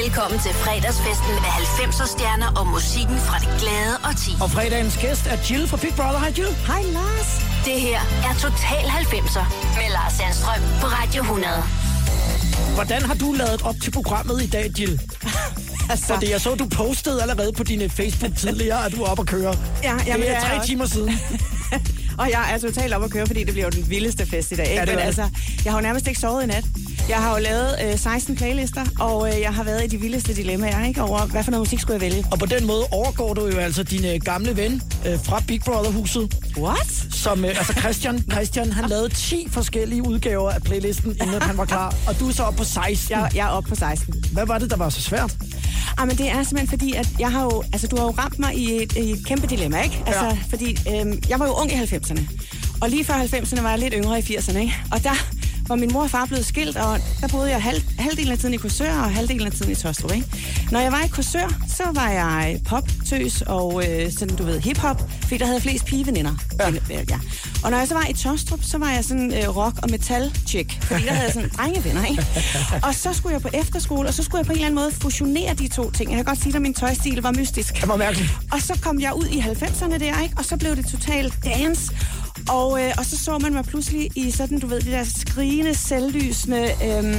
velkommen til fredagsfesten med 90'er stjerner og musikken fra det glade årti. Og fredagens gæst er Jill fra Big Brother. Hej Jill. Hej Lars. Det her er Total 90'er med Lars Sandstrøm på Radio 100. Hvordan har du lavet op til programmet i dag, Jill? Fordi jeg så, du postede allerede på dine Facebook tidligere, at du er oppe at køre. Ja, det er 3 timer siden. Og jeg er totalt oppe at køre, fordi det bliver jo den vildeste fest i dag. Ikke? Ja, Men altså, jeg har jo nærmest ikke sovet i nat. Jeg har jo lavet 16 playlister, og jeg har været i de vildeste dilemmaer, ikke? Over hvad for noget musik skulle jeg vælge. Og på den måde overgår du jo altså din gamle ven fra Big Brother-huset. What? Som, altså Christian, han lavede 10 forskellige udgaver af playlisten, inden han var klar. Og du er så oppe på 16. Jeg er oppe på 16. Hvad var det, der var så svært? Men det er simpelthen fordi, at jeg har jo, altså du har jo ramt mig i et kæmpe dilemma, ikke? Altså, ja. Fordi jeg var jo ung i 90'erne. Og lige før 90'erne var jeg lidt yngre i 80'erne, ikke? Og der var min mor og far blevet skilt, og der boede jeg halvdelen af tiden i Korsør og halvdelen af tiden i Taastrup, ikke? Når jeg var i Korsør, så var jeg pop-tøs og sådan, du ved, hip-hop, fordi der havde flest pigeveninder. Ja. Og når jeg så var i Taastrup, så var jeg sådan rock- og metal-chick, fordi der havde jeg sådan drengevenner, ikke? Og så skulle jeg på efterskole, og så skulle jeg på en eller anden måde fusionere de to ting. Jeg kan godt sige, at min tøjstil var mystisk. Det var mærkeligt. Og så kom jeg ud i 90'erne der, ikke? Og så blev det totalt dance. Og så man mig pludselig i sådan, du ved, det der skrigende, selvlysende,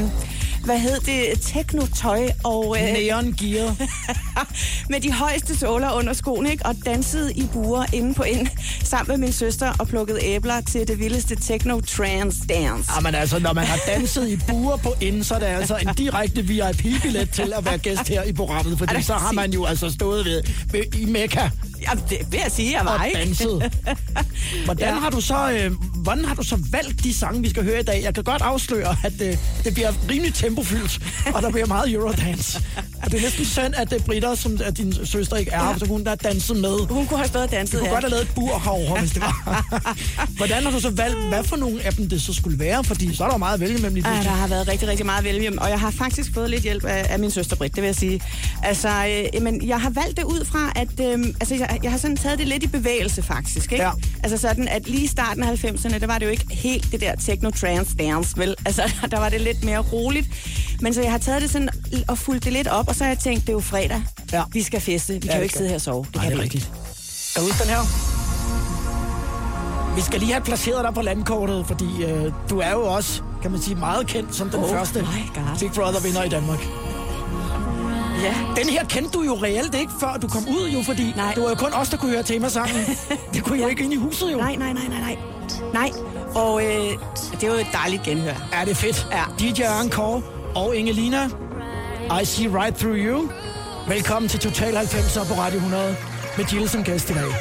teknotøj og... Neon gear. med de højeste såler under skoene, ikke? Og dansede i buer inde på ind, sammen med min søster, og plukkede æbler til det vildeste techno-trance-dance. Jamen altså, når man har danset i buer på ind, så er det altså en direkte VIP-billet til at være gæst her i programmet, fordi så har man jo altså stået ved i Mekka. Ja, det vil jeg sige, jeg var, ikke? Og danset. Hvordan har du så valgt de sange, vi skal høre i dag? Jeg kan godt afsløre, at det bliver rimelig tempofyldt, og der bliver meget Eurodance. Og det er næsten synd, at det Britta, som at din søster ikke er, så hun der danset med. Hun kunne have stået og danset, Du kunne godt have lavet et bur herovre, hvis det var. Hvordan har du så valgt, hvad for nogle af dem det så skulle være? Fordi så er der jo meget at vælge mellem lige pludselig. Der har været rigtig, rigtig meget at vælge, og jeg har faktisk fået lidt hjælp af min søster Britt, det vil jeg sige. Altså, men jeg har valgt det ud fra, at jeg har sådan taget det lidt i bevægelse, faktisk, ikke? Ja. Altså sådan, at lige i starten af 90'erne, der var det jo ikke helt det der techno-trance-dance, vel? Altså, der var det lidt mere roligt. Men så jeg har taget det sådan og fulgt det lidt op, og så har jeg tænkt, det er jo fredag. Ja. Vi skal feste. Vi kan jo ikke sidde her og sove. Det er rigtigt. Er ud den her? Vi skal lige have placeret dig på landkortet, fordi du er jo også, kan man sige, meget kendt som den første Big Brother-vinder i Danmark. Ja. Den her kendte du jo reelt ikke, før du kom ud, jo, fordi det var jo kun os, der kunne høre temasangen. Det kunne jo ikke ind i huset, jo. Nej. Og det er jo et dejligt genhør. Ja, det er fedt. Ja. DJ Encore og Ingelina, I See Right Through You. Velkommen til Total 90'er på Radio 100 med Jill som gæst i dag.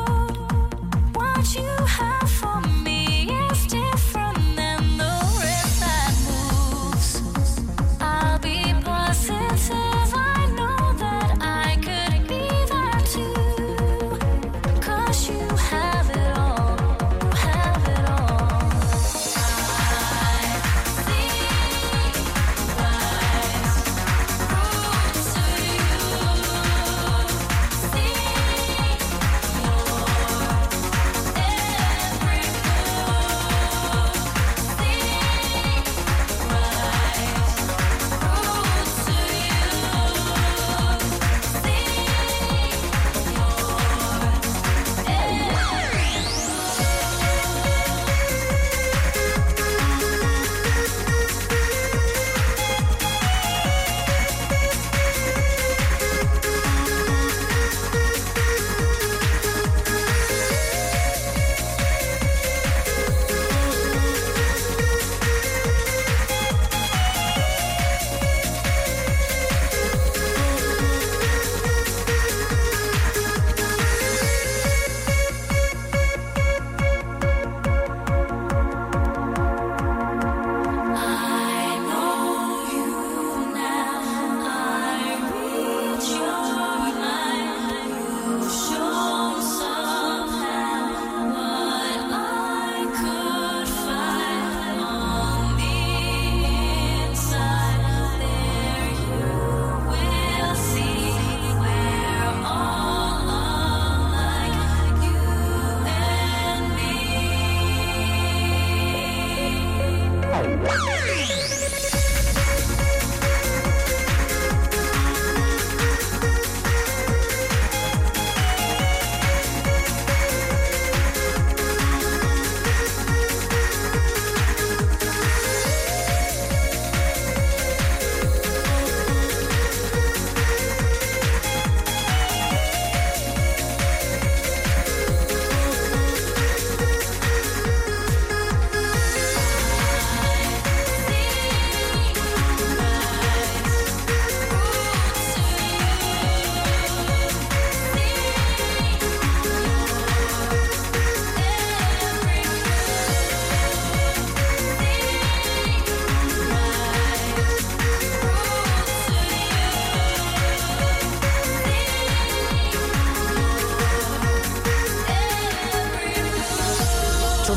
What you have for me is different than the rest.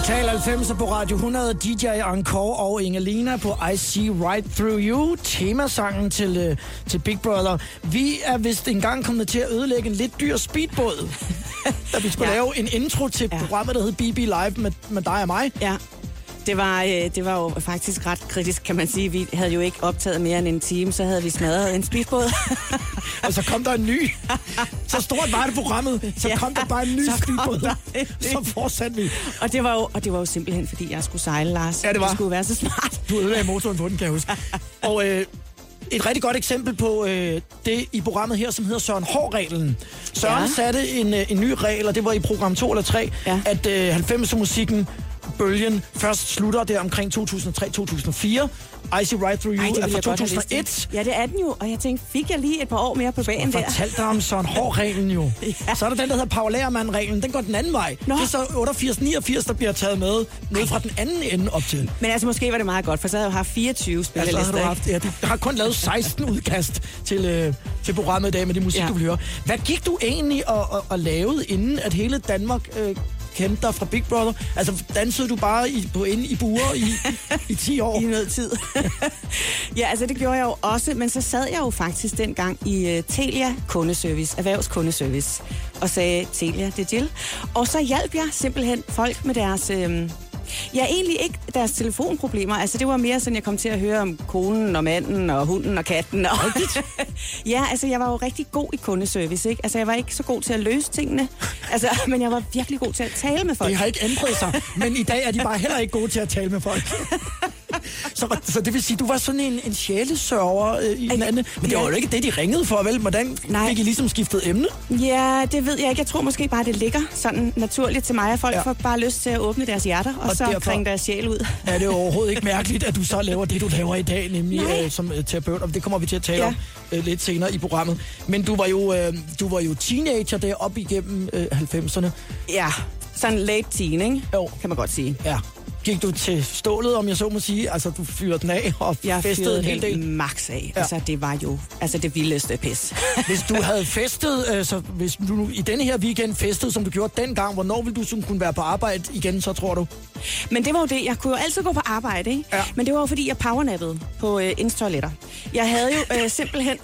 Total 90 på Radio 100, DJ Encore og Ingelina på I See Right Through You, temasangen til Big Brother. Vi er vist engang kommet til at ødelægge en lidt dyr speedbåd, da vi skulle lave en intro til programmet, der hed BB Live med dig og mig. Ja. Det var jo faktisk ret kritisk, kan man sige. Vi havde jo ikke optaget mere end en time, så havde vi smadret en speedbåd. Og så kom der en ny. Så stort var det programmet. Så kom der bare en ny speedbåd. Så fortsatte vi. Og det var jo simpelthen, fordi jeg skulle sejle, Lars. Ja, det var. Det skulle være så smart. Du ødelagde motoren på den, kan jeg huske. Og et rigtig godt eksempel på det i programmet her, som hedder Søren Hård-reglen. Søren satte en ny regel, og det var i program 2 eller 3, at 90'er-musikken bølgen først slutter der omkring 2003-2004. I See Right Through You er fra 2001. Ja, det er den jo, og jeg tænkte, fik jeg lige et par år mere på banen der? Jeg fortalte dig om Søren Hård-reglen jo. Så er der den, der hedder Paul Lagermann-reglen. Den går den anden vej. Nå. Det er så 88-89, der bliver taget med fra den anden ende op til. Men altså, måske var det meget godt, for så havde jeg jo haft 24 spillelister. Du har kun lavet 16 udkast til programmet i dag med det musik, du vil høre. Hvad gik du egentlig og lavede, inden at hele Danmark kendte dig fra Big Brother? Altså, dansede du bare inde i buer i 10 år? I noget tid. Ja, altså det gjorde jeg jo også, men så sad jeg jo faktisk dengang i Telia kundeservice, erhvervskundeservice, og sagde, Telia, det er Jill. Og så hjalp jeg simpelthen folk med deres... egentlig ikke deres telefonproblemer. Altså, det var mere sådan, jeg kom til at høre om konen og manden og hunden og katten. Og ja, altså, jeg var jo rigtig god i kundeservice, ikke? Altså, jeg var ikke så god til at løse tingene. Altså, men jeg var virkelig god til at tale med folk. Det har ikke ændret sig, men i dag er de bare heller ikke gode til at tale med folk. Så det vil sige, du var sådan en sjælesørger i den anden. Men det var jo ikke det, de ringede for, vel? Hvordan fik I ligesom skiftet emne? Ja, det ved jeg ikke. Jeg tror måske bare, det ligger sådan naturligt til mig, at folk får bare lyst til at åbne deres hjerter, og så kringe deres sjæl ud. Er det overhovedet ikke mærkeligt, at du så laver det, du laver i dag, nemlig som terapeut? Og det kommer vi til at tale om lidt senere i programmet. Men du var jo teenager der op igennem 90'erne. Ja, sådan late teen, ikke? Jo. Kan man godt sige. Ja. Gik du til stålet, om jeg så må sige? Altså, du fyrede den af og festede en hel del? Max af. Ja. Altså, det var jo det vildeste pis. Hvis du havde festet, hvis du i denne her weekend festede, som du gjorde dengang, hvornår ville du kunne være på arbejde igen, så tror du? Men det var jo det. Jeg kunne jo altid gå på arbejde, ikke? Ja. Men det var jo fordi, jeg powernappede på toiletter. Jeg havde jo simpelthen...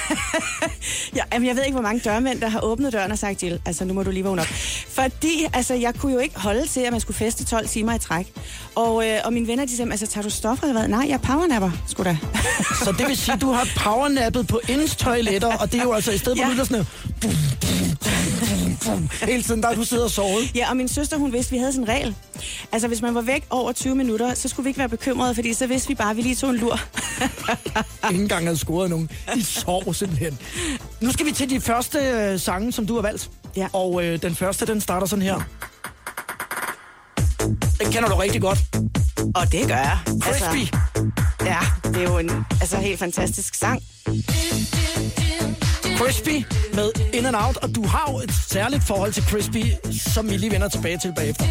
jeg ved ikke, hvor mange dørmænd, der har åbnet døren og sagt, Jill, altså nu må du lige vågne op. Fordi, altså, jeg kunne jo ikke holde til, at man skulle feste 12 timer i træk. Og mine venner, de sagde, altså, tager du stoffer eller hvad? Nej, jeg powernapper, sgu da. Så det vil sige, du har powernappet på toiletter, og det er jo altså i stedet for, at sådan hele tiden, der du sidder og sovet. Ja, og min søster, hun vidste, vi havde sådan en regel. Altså, hvis man var væk over 20 minutter, så skulle vi ikke være bekymrede, fordi så vidste vi bare, at vi lige tog en lur. Ingen engang havde scoret nogen. De sov simpelthen. Nu skal vi til de første sange, som du har valgt. Ja. Og den første, den starter sådan her. Den kender du rigtig godt. Og det gør jeg. Crispy. Altså, ja, det er jo en helt fantastisk sang. Crispy med In and Out, og du har jo et særligt forhold til Crispy, som vi lige vender tilbage til bagefter.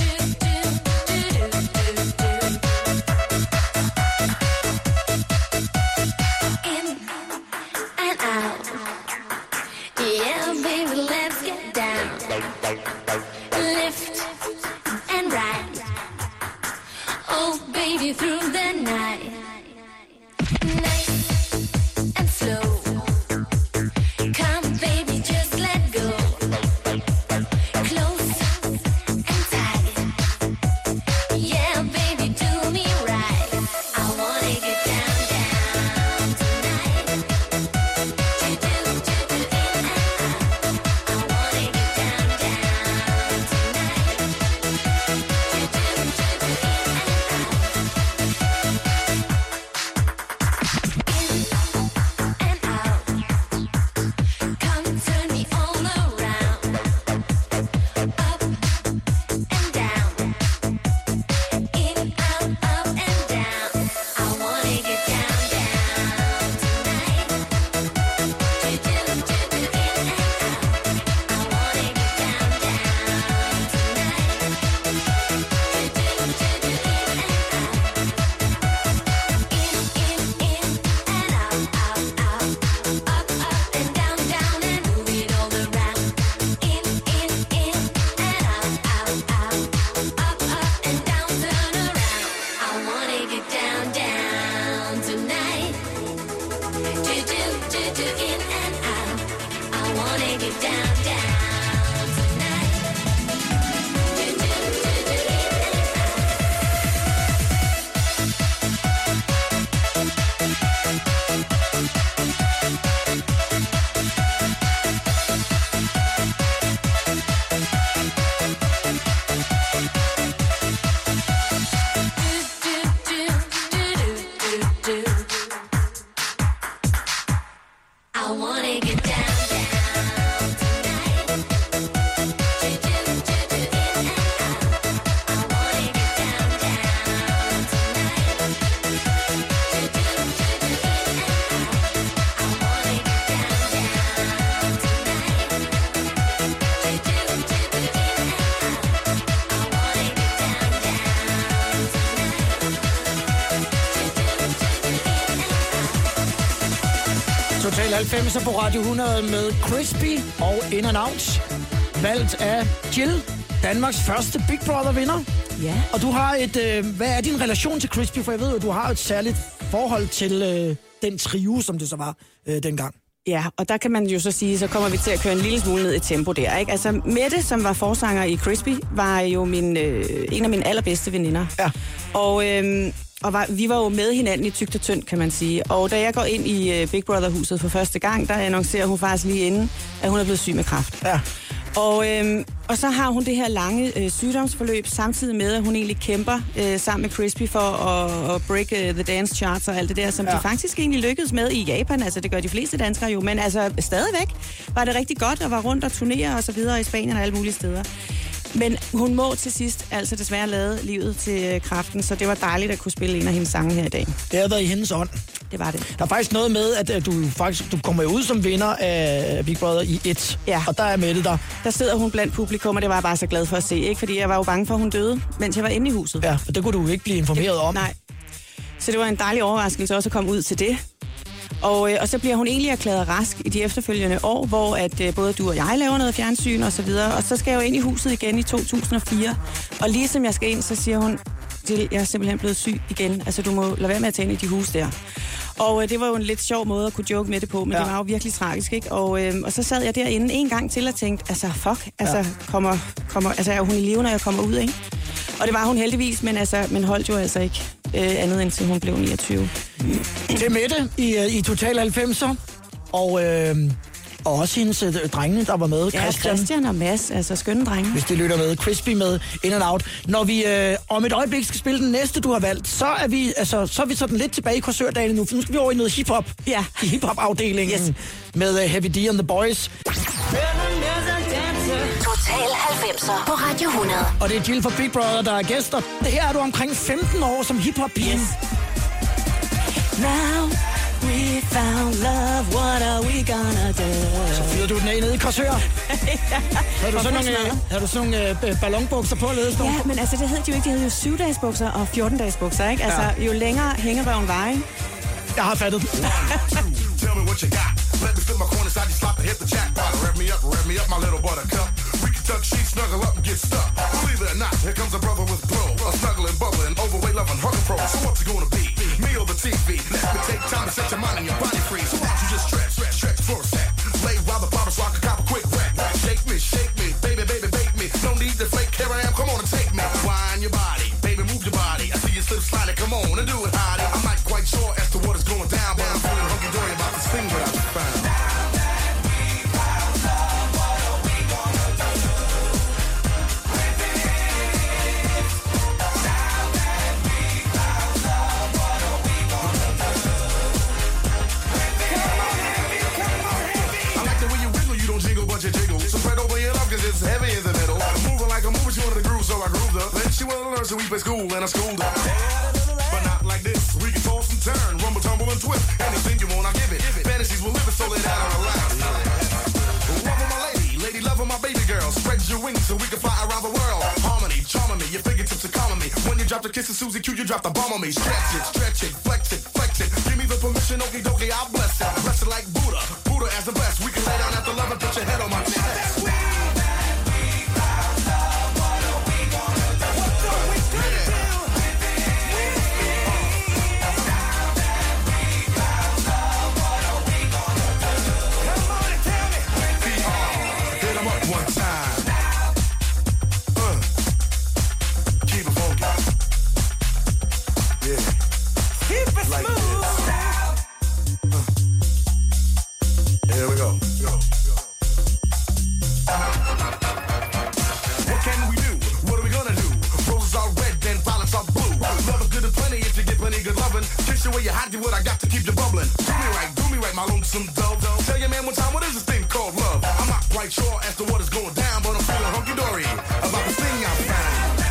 Through the night, nice and slow. Come, baby, just let go. Close and tight. Yeah, baby, do me right. I wanna get down, down tonight. Do in and out. I wanna get down, down. wanna get down, down tonight. I wanna get down, down tonight. Do do do do in and out. I wanna get down, down tonight. Do do do do in and out. I wanna get down, down tonight. Do do do do in and out. I wanna get down, down tonight. Do do do do in and out. Total 90 på Radio 100 med Crispy og In and Out. Valgt af Jill, Danmarks første Big Brother-vinder. Ja. Og du har hvad er din relation til Crispy? For jeg ved jo, du har et særligt forhold til den trio, som det så var dengang. Ja, og der kan man jo så sige, så kommer vi til at køre en lille smule ned i tempo der, ikke? Altså, Mette, som var forsanger i Crispy, var jo en af mine allerbedste veninder. Ja. Og vi var jo med hinanden i tykt og tyndt, kan man sige. Og da jeg går ind i Big Brother-huset for første gang, der annoncerer hun faktisk lige inden, at hun er blevet syg med kræft. Ja. Og så har hun det her lange sygdomsforløb, samtidig med, at hun egentlig kæmper sammen med Crispy for at break the dance charts og alt det der, som de faktisk egentlig lykkedes med i Japan. Altså, det gør de fleste danskere jo, men altså stadigvæk var det rigtig godt og var rundt og turnere og så videre i Spanien og alle mulige steder. Men hun må til sidst altså desværre lade livet til kræften, så det var dejligt at kunne spille en af hendes sange her i dag. Det har været i hendes ånd. Det var det. Der er faktisk noget med, at du kommer ud som vinder af Big Brother i 1. Ja. Og der er Mette der. Der sidder hun blandt publikum, og det var jeg bare så glad for at se, ikke? Fordi jeg var jo bange for, at hun døde, mens jeg var inde i huset. Ja, og det kunne du ikke blive informeret om. Nej. Så det var en dejlig overraskelse også at komme ud til det. Og så bliver hun egentlig erklæret rask i de efterfølgende år, hvor at både du og jeg laver noget fjernsyn og så videre. Og så skal jeg jo ind i huset igen i 2004. Og lige som jeg skal ind, så siger hun, jeg er simpelthen blevet syg igen. Altså, du må lade være med at tage ind i de huse der. Og det var jo en lidt sjov måde at kunne joke med det på, men det var jo virkelig tragisk, ikke? Og så sad jeg derinde en gang til og tænkte, altså fuck, altså er hun i live, når jeg kommer ud, ikke? Og det var hun heldigvis, men holdt jo altså ikke andet end til hun blev 29. Det er Mette i Total 90'er, og også hendes drenge, der var med. Ja, Christian og Mads, altså skønne drenge. Hvis det lytter med. Crispy med In and Out. Når vi om et øjeblik skal spille den næste, du har valgt, så er vi sådan lidt tilbage i Korsørdalen nu, for nu skal vi over i noget hiphop. Ja. I hiphop-afdelingen med Heavy D and the Boys. Total 90'er på Radio 100. Og det er Jill fra Big Brother, der er gæster. Det her er du omkring 15 år som hiphop-pigen. Yes. Now we found love, what are we gonna do? Så fyrer du den af nede i Korsør. Havde du sådan nogle ballonbukser på at lede? Ja, men altså det hed de jo ikke. De hed jo 7-dagesbukser og 14-dagesbukser, ikke? Altså jo længere hængerøven var, ikke? Jeg har fattet. Tell me what you got. Let me flip my corner side, you slap and hit the jackpot. Rev me up, my little buttercup. We can tuck sheets, snuggle up and get stuck. Believe it or not, here comes a brother with glow. A snuggling, bubbling, overweight, loving, hugging pro. So what's it gonna be? Me over TV. Let me take time to set your mind and your body free. So why don't you just stretch for a sec. Lay while the bottle so I can cop a quick wreck. Shake me, baby, bake me. No need to fake, here I am, come on and take me. Wind your body, baby, move your body. I see you slip sliding, come on and do it, hottie. I'm not quite sure as to what is going down, but I'm feeling hunky-dory about this thing that I just found. It's heavy in the middle. Moving like a movie, she wanted to groove, so I grooved up. Then she wanted to learn, so we play school, and I schooled her. But not like this. We can toss and turn, rumble, tumble, and twist. Anything you want, I give it. Fantasies will live it, so lay down on the line. Love of my lady, love of my baby girl. Spread your wings so we can fly around the world. Harmony, charming me, your fingertips are calming me. When you drop the kiss of Susie Q, you drop the bomb on me. Stretch it, flex it. Give me the permission, okie dokie, I'll bless it. Bless it like Buddha as the best. We can lay down after love and put your head on my chest. one time. Keep it funky. Yeah. Keep it Like smooth. Here we go. What can we do? What are we gonna do? Roses are red and violets are blue. Love is good and plenty if you get plenty good loving. Kiss you where you hide you what I got to keep you bubbling. Do me right, my lonesome dove. Tell your man one time what is this thing called love? I'm not quite sure as to what is going down, but I'm feeling hunky-dory about this thing I found.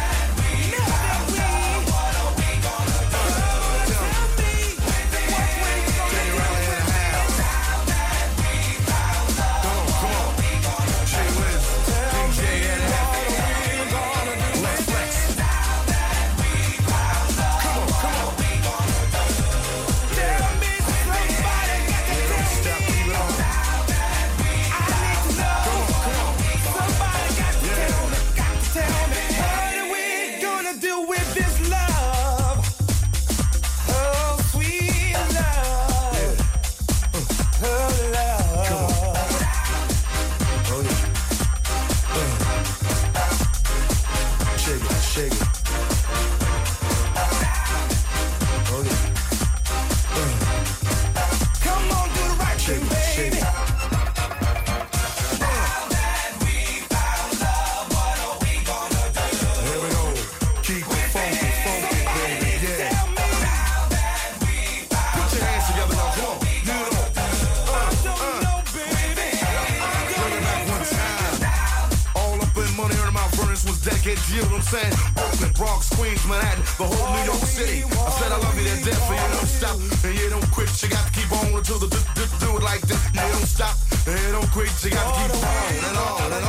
Dedicated to you, know what I'm saying? Brooklyn, Bronx, Queens, Manhattan, the whole New York City. I said I love you to death, and you don't stop, and you don't quit. You got to keep on until the do it like this. You don't stop, and you don't quit. You got to keep on and on and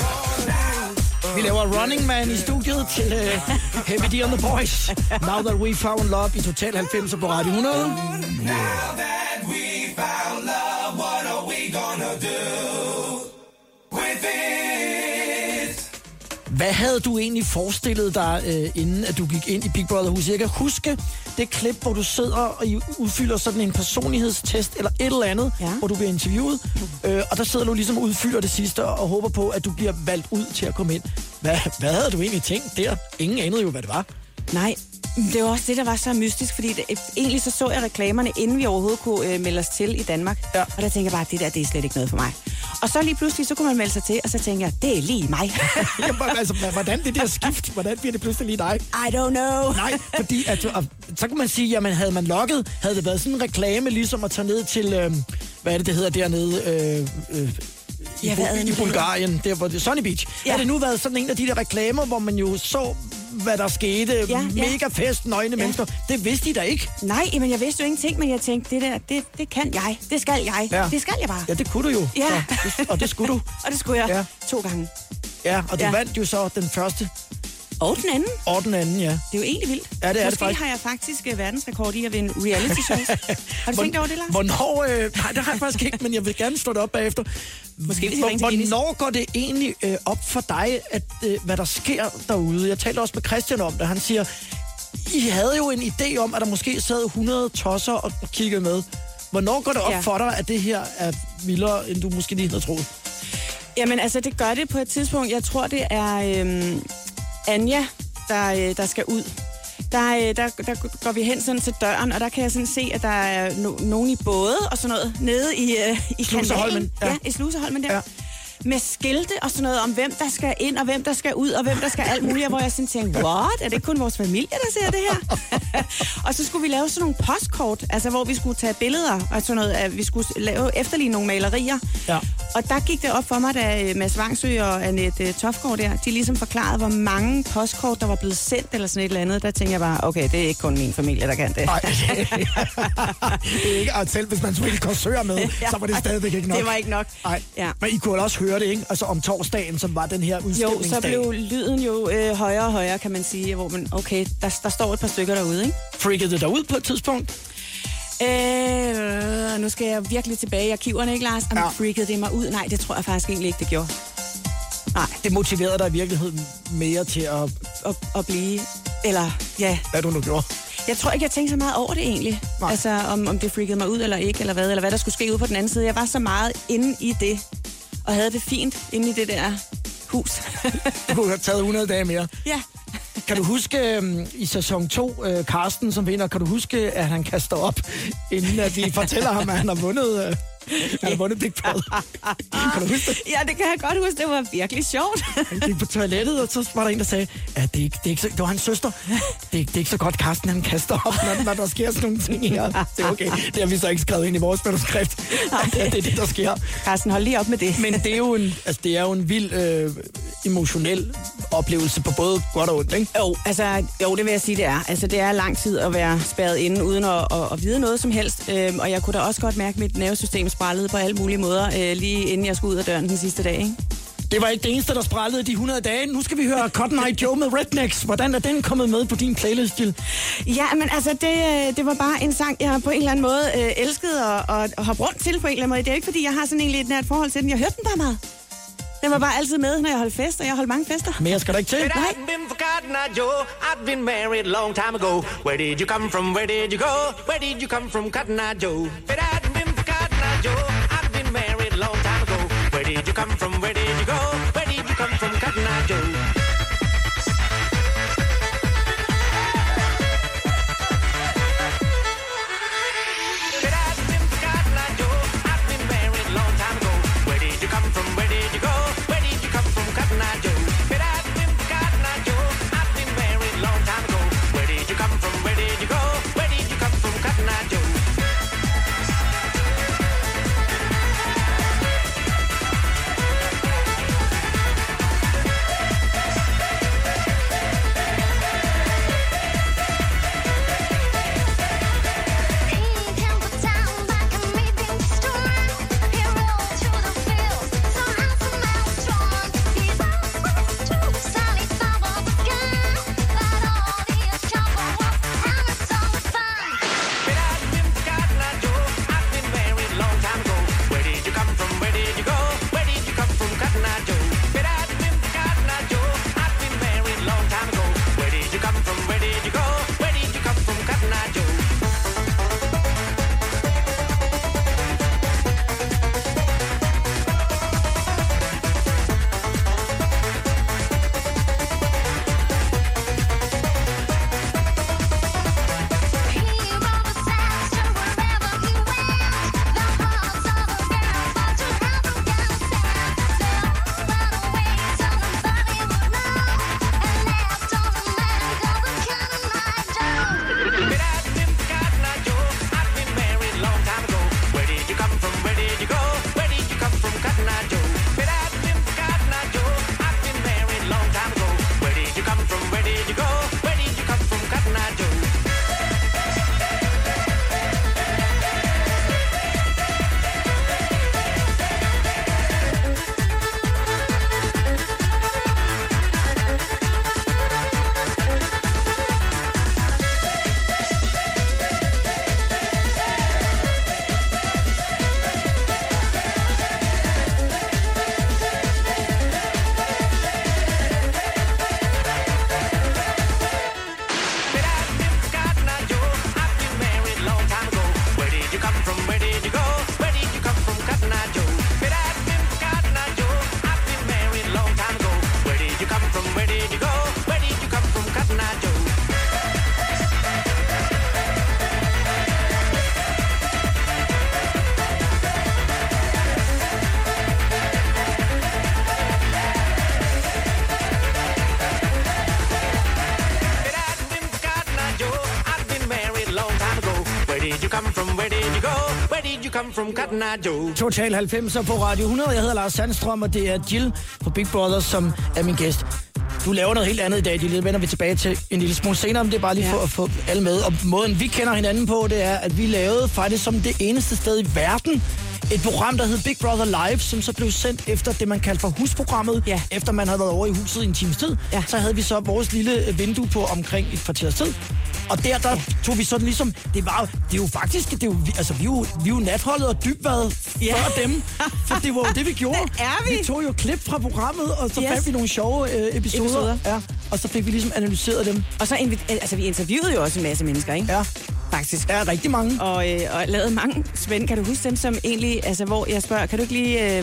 on. Vi laver Running Man i studiet til Heavy D and the Boys. Now That We Found Love i Total 90 på Radio 100. Now that we found love, what are we gonna do with it? Hvad havde du egentlig forestillet dig, inden at du gik ind i Big Brother-huset? Jeg kan huske det klip, hvor du sidder og I udfylder sådan en personlighedstest eller et eller andet, hvor du bliver interviewet. Og der sidder du ligesom og udfylder det sidste og håber på, at du bliver valgt ud til at komme ind. Hvad havde du egentlig tænkt der? Ingen anede jo, hvad det var. Nej, det var også det, der var så mystisk, fordi egentlig så jeg reklamerne, inden vi overhovedet kunne melde os til i Danmark. Ja. Og der tænker jeg bare, at det der, det er slet ikke noget for mig. Og så lige pludselig, så kunne man melde sig til, og så tænker jeg, det er lige mig. Jamen, altså, hvordan det der skift, hvordan bliver det pludselig lige dig? I don't know. Nej, fordi så kan man sige, jamen havde man logget, havde det været sådan en reklame, ligesom at tage ned til, hvad er det hedder dernede, i Bulgarien, der hvor det Sunny Beach. Ja. Har det nu været sådan en af de der reklamer, hvor man jo så, hvad der skete, mega fest, nøgne mennesker. Det vidste I da ikke. Nej, men jeg vidste jo ingenting, men jeg tænkte, det der, det kan jeg. Det skal jeg. Ja. Det skal jeg bare. Ja, det kunne du jo. Ja. Så, og det skulle du. Og det skulle jeg 2 gange. Ja, og du vandt jo så den første. Og den anden. Og den anden, ja. Det er jo egentlig vildt. Ja, det er måske det faktisk. Har jeg faktisk verdensrekord i at vinde reality shows. Har du tænkt over det, Lars? Hvornår? Nej, det har jeg faktisk ikke, men jeg vil gerne slå det op bagefter. Måske hvis jeg hvornår går det egentlig op for dig, at hvad der sker derude? Jeg talte også med Christian om det. Han siger, I havde jo en idé om, at der måske sad 100 tosser og kiggede med. Hvornår går det op for dig, at det her er vildere, end du måske lige havde troet? Jamen, altså, det gør det på et tidspunkt. Jeg tror, det er Anja, der skal ud. Der går vi hen sådan til døren, og der kan jeg sådan se, at der er nogen i både og sådan noget nede i Sluseholmen. Ja, i Sluseholmen der. Ja. Med skilte og sådan noget om, hvem der skal ind, og hvem der skal ud, og hvem der skal alt muligt, hvor jeg sådan tænkte, what? Er det ikke kun vores familie, der ser det her? Og så skulle vi lave sådan nogle postkort, altså hvor vi skulle tage billeder, og sådan noget, at vi skulle efterligne nogle malerier. Ja. Og der gik det op for mig, da Mads Vangsø og Annette Tofgaard der, de ligesom forklarede, hvor mange postkort, der var blevet sendt, eller sådan et eller andet. Der tænkte jeg bare, okay, det er ikke kun min familie, der kan det. Nej, det er ikke, at selv hvis man skulle Korsør med, så var det stadigvæk ikke nok. Det var ikke nok. Nej. Ja. Men I kunne også høre det, ikke? Altså om torsdagen, som var den her udstillingsdag. Jo, så blev lyden jo højere og højere, kan man sige, hvor man, okay, der står et par stykker derude, ikke? Freakede det derud på et tidspunkt? Nu skal jeg virkelig tilbage i arkiverne, ikke, Lars? Freakede det mig ud? Nej, det tror jeg faktisk egentlig ikke, det gjorde. Nej. Det motiverede dig i virkeligheden mere til at blive, eller ja. Hvad du nu gjorde? Jeg tror ikke, jeg tænkte så meget over det egentlig. Nej. Altså, om det freakede mig ud eller ikke, eller hvad der skulle ske ud på den anden side. Jeg var så meget inde i det. og havde det fint inde i det der hus. Du kunne have taget 100 dage mere. Ja. Kan du huske i sæson 2, Carsten som vinder, kan du huske, at han kaster op, inden at vi fortæller ham, at han har vundet... Han har vundet Big Brother. Kan du huske det? Ja, det kan jeg godt huske. Det var virkelig sjovt. Han gik på toilettet, og så var der en, der sagde, at det er ikke så, det var hans søster. Det er ikke så godt, Carsten han kaster op, når der sker sådan nogle ting her. Det er okay. Det har vi så ikke skrevet ind i vores manuskript. Det er det, der sker. Carsten, hold lige op med det. Men det er jo en vild emotionel oplevelse på både godt og ondt, ikke? Jo, det vil jeg sige, det er. Altså, det er lang tid at være spærret inde, uden at vide noget som helst. Og jeg kunne da også godt mærke, at mit nervesystem sprællede på alle mulige måder, lige inden jeg skulle ud af døren den sidste dag, ikke? Det var ikke det eneste, der sprællede de 100 dage. Nu skal vi høre Cotton Eye Joe med Rednecks. Hvordan er den kommet med på din playlist, Jill? Ja, men altså, det var bare en sang, jeg på en eller anden måde elskede at hoppe rundt til på en eller anden måde. Det er ikke, fordi jeg har sådan egentlig et nært forhold til den. Jeg hørte den bare meget. Den var bare altid med, når jeg holdt fest, og jeg holdt mange fester. Mere skal der ikke til. Nej. I've been for Cotton Eye Joe. I've been married a long time ago. Where did you come from? Where did you go? Where did you come from, Cotton Eye Joe? But I've been for Cotton Eye Joe. I've been married a long time ago. Where did you come from? Where did you go? Where did you come from, Cotton Eye Joe? But I've been for Cotton Eye Joe. I've been married a long time ago. Where did you come from? Where did you go? Where did you come from, Cotton Eye Joe? But I've been for Cotton Eye Joe. I've been married a long time ago. Where did you come from? Where did you go? Where did you come from, Cotton Eye Joe? Total 90'er på Radio 100. Jeg hedder Lars Sandstrøm, og det er Jill fra Big Brother, som er min gæst. Du laver noget helt andet i dag, Jill. Det vender vi tilbage til en lille smule senere, men det er bare lige for at få alle med. Og måden, vi kender hinanden på, det er, at vi lavede faktisk som det eneste sted i verden et program, der hed Big Brother Live, som så blev sendt efter det, man kaldte for husprogrammet. Ja. Efter man havde været over i huset i en times tid, så havde vi så vores lille vindue på omkring et kvarters tid. Og der tog vi sådan ligesom, vi er jo natholdet og dybvad før dem, for det var jo det, vi gjorde. Det er vi. Vi tog jo klip fra programmet, og så fandt vi nogle sjove episoder. Ja, og så fik vi ligesom analyseret dem. Og så vi interviewede jo også en masse mennesker, ikke? Ja. Faktisk. Ja, rigtig mange. Og lavede mange spændende. Kan du huske dem, som egentlig, altså hvor jeg spørger, kan du ikke lige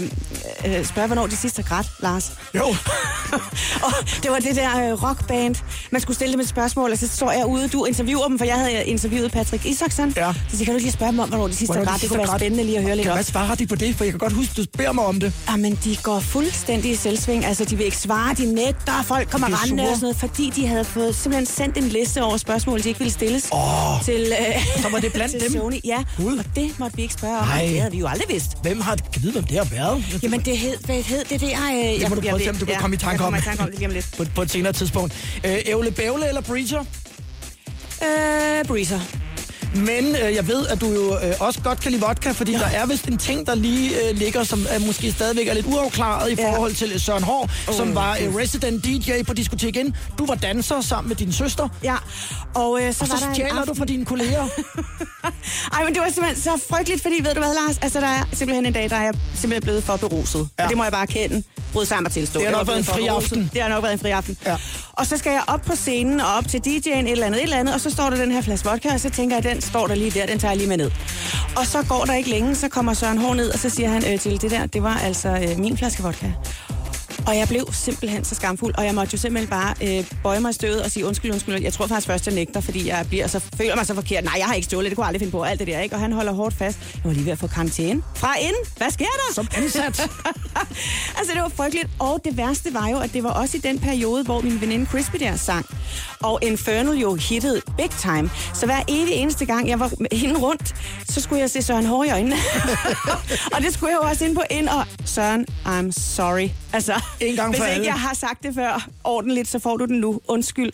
spørge, hvornår de sidste har grædt, Lars? Jo. Og det var det der rockband. Man skulle stille dem et spørgsmål, og så står jeg ude. Du interviewer dem, for jeg havde interviewet Patrick Isaksen. Ja. Så kan du lige spørge dem om, hvornår de sidste har grædt. Det kunne være spændende lige at høre lidt om. Hvad svarer de på det? For jeg kan godt huske, du beder mig om det. Jamen, de går fuldstændig i selvsving. Altså, de vil ikke svare, de nægter, folk kommer rendende og sådan noget, fordi de havde fået simpelthen sendt en liste over spørgsmål, de ikke ville stilles til, så var det blandt til dem? Sony. Ja, Gud. og det måtte vi ikke spørge om. Nej. Det havde vi jo aldrig vidst. Hvem har kan vide, om det har været? Jamen, det hed det der... Det må du prøve at se, om du kan komme i tanke om. Jeg kommer i tanke om det lige om lidt. På et senere tidspunkt. Ævle Bævle eller Breezer? Breezer. Men jeg ved, at du jo også godt kan lide vodka, fordi der er vist en ting, der lige ligger, som er måske stadigvæk er lidt uafklaret i forhold til Søren Haahr, som var resident DJ på Diskotek Ind. Du var danser sammen med din søster. Ja, og så og var så der stjæler du fra dine kolleger. Ej, men det var simpelthen så frygteligt, fordi ved du hvad, Lars? Altså, der er simpelthen en dag, der er jeg simpelthen blevet for beruset. Ja. Det må jeg bare kende. Brød sammen tilstå. Det har nok været en fri aften. Det har nok været en fri aften. Ja. Og så skal jeg op på scenen og op til DJ'en, et eller andet, og så står der den her flaske vodka, og så tænker jeg, den står der lige der, den tager jeg lige med ned. Og så går der ikke længe, så kommer Søren Haahr ned, og så siger han til det der, det var altså min flaske vodka. Og jeg blev simpelthen så skamfuld, og jeg måtte jo simpelthen bare bøje mig i støvet og sige undskyld. Jeg tror faktisk først, jeg nægter, fordi jeg føler mig så forkert. Nej, jeg har ikke stjålet, det kunne jeg aldrig finde på, alt det der, ikke? Og han holder hårdt fast. Jeg var lige ved at få karantæne. Fra inden. Hvad sker der? Som ansat. Altså, det var frygteligt. Og det værste var jo, at det var også i den periode, hvor min veninde Crispy der sang. Og Infernal jo hittede big time. Så hver eneste gang, jeg var hende rundt, så skulle jeg se Søren Haahr i øjnene. Og det skulle jeg jo også ind på ind, og Søren, I'm sorry. Altså, en gang hvis for ikke alle. jeg har sagt det før ordentligt, så får du den nu. Undskyld.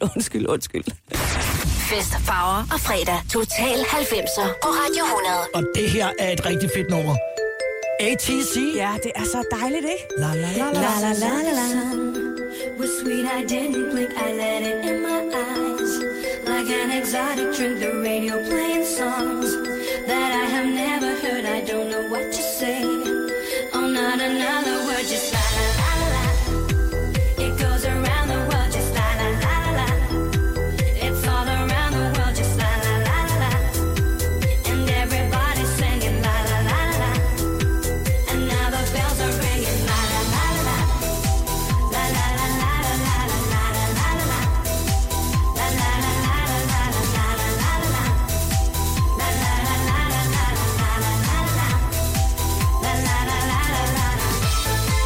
Fest, farver og fredag. Total 90'er på Radio 100. Og det her er et rigtig fedt nummer. ATC. Ja, det er så dejligt, ikke? La la la la la la la. Was sweet, I didn't blink, I let it in my eyes. Like an exotic drink, the radio playing songs that I have never heard. I don't know what to say. Oh, not another word, just la la la la la. It goes around the world, just la la la la la. It's all around the world, just la la la la la. And everybody's singing la la la la la. And now the bells are ringing la la la la la. La la la la la la la la la la la. La la la la la la la la la la la. La la la la la la la la la la. La la la la la la la.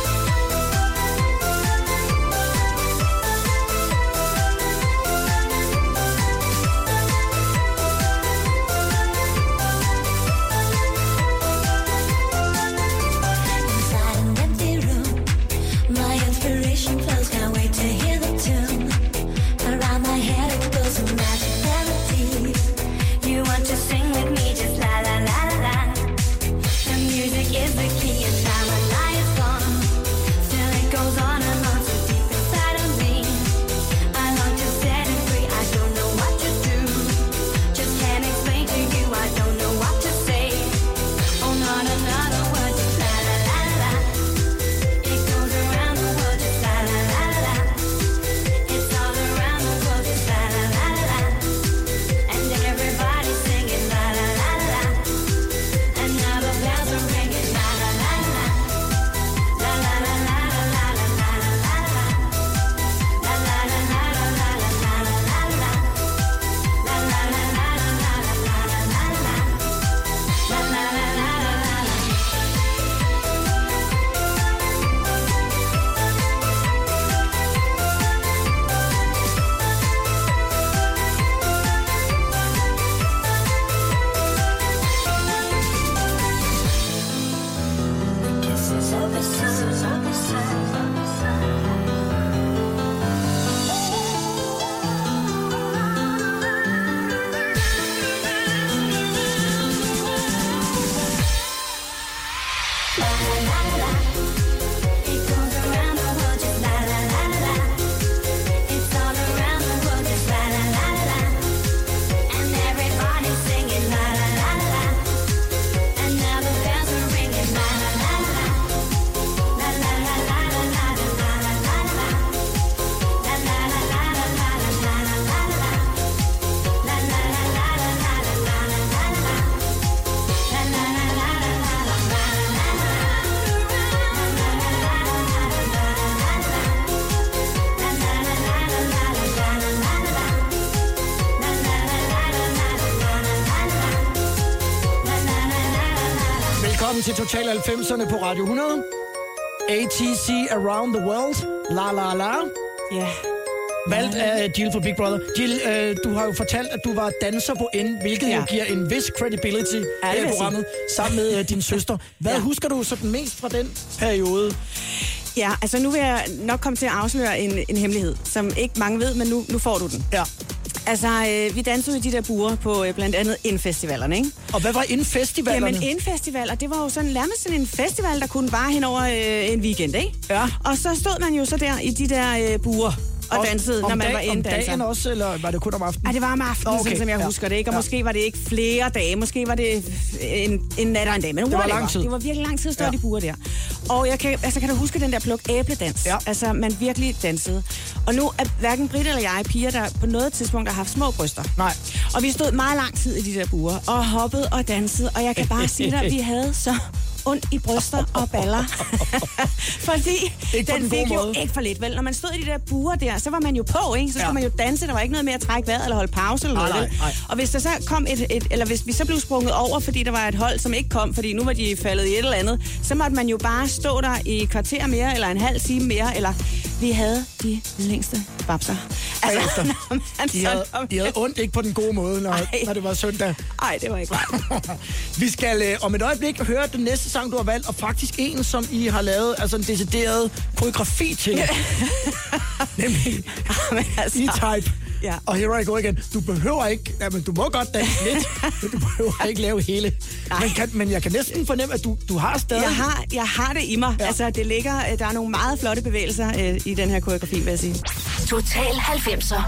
Total 90'erne på Radio 100. ATC Around the World. La la la. Ja. Valgt af Jill fra Big Brother. Jill, du har jo fortalt, at du var danser på N, hvilket jo giver en vis credibility her i programmet, sammen med din søster. Hvad husker du sådan mest fra den periode? Ja, altså nu vil jeg nok komme til at afsløre en hemmelighed, som ikke mange ved, men nu får du den. Ja. Altså, vi dansede i de der buer på blandt andet N-festivalerne, ikke? Og hvad var N-festivalerne? Jamen, N-festivaler, det var jo sådan nærmest sådan en festival, der kunne bare hen over en weekend, ikke? Ja. Og så stod man jo så der i de der buer og dansede, når man var N-danser. Om dagen N-danser. også, eller var det kun om aftenen? Nej, det var om aftenen, sådan som jeg husker det, ikke? Og måske var det ikke flere dage, måske var det en nat og en dag, men det var lang tid. Det var virkelig lang tid at stå i de buer der. Og kan du huske den der pluk æbledans? Ja. Altså, man virkelig dansede. Og nu er hverken Britt eller jeg piger, der på noget tidspunkt har haft små bryster. Nej. Og vi stod meget lang tid i de der buer, og hoppede og dansede, og jeg kan bare sige dig, at vi havde så ondt i bryster og baller. Fordi den fik jo ikke for lidt, vel? Når man stod i de der buer der, så var man jo på, ikke? Så skulle man jo danse, der var ikke noget med at trække vejret eller holde pause eller noget. Nej. Og hvis der så kom eller hvis vi så blev sprunget over, fordi der var et hold, som ikke kom, fordi nu var de faldet i et eller andet, så måtte man jo bare stå der i et kvarter mere, eller en halv time mere, eller vi havde de længste babser. Altså, de havde ondt ikke på den gode måde, når det var søndag. Nej, det var ikke godt. Vi skal om et øjeblik høre den næste sang, du har valgt, og faktisk en, som I har lavet en decideret koreografi til. Nemlig E-Type. Ja. Og Here I Go Again. Du behøver ikke, men du må godt danse lidt, men du behøver ikke lave hele. Men jeg kan næsten fornemme, at du har stadig... Jeg har det i mig. Ja. Altså, det ligger, der er nogle meget flotte bevægelser i den her koreografi, vil jeg sige. Total 90'er.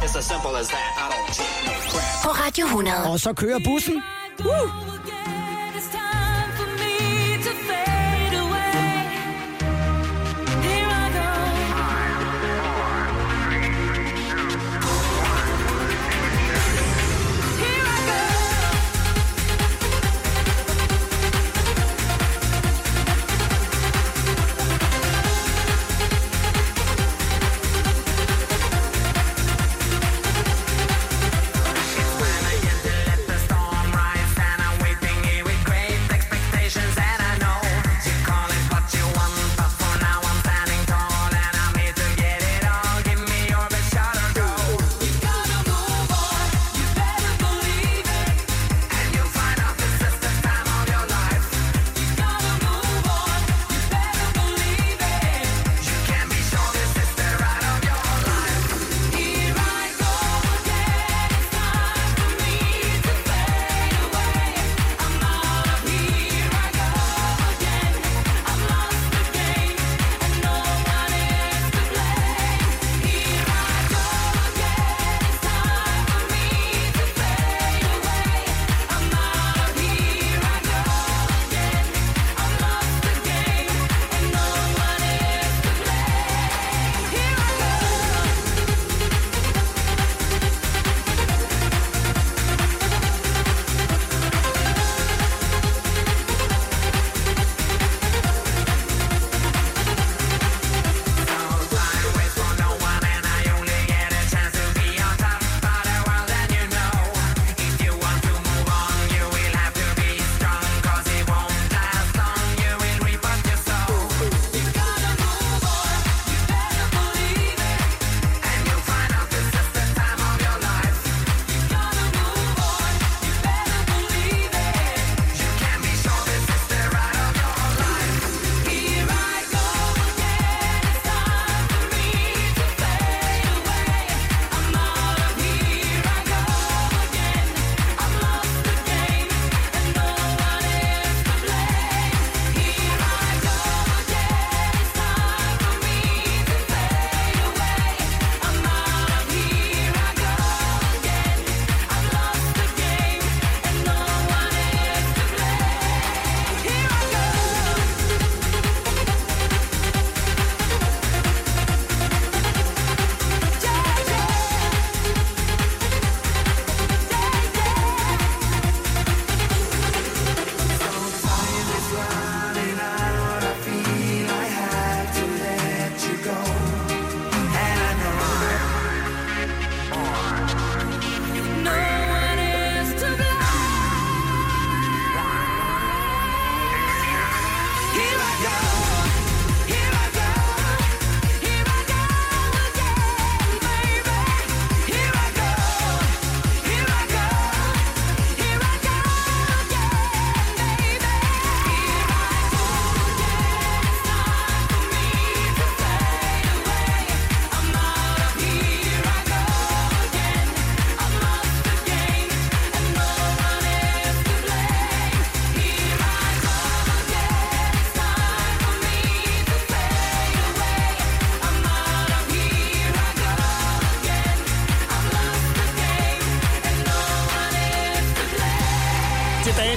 På Radio 100. Og så kører bussen. When I get to let the storm rise and I wait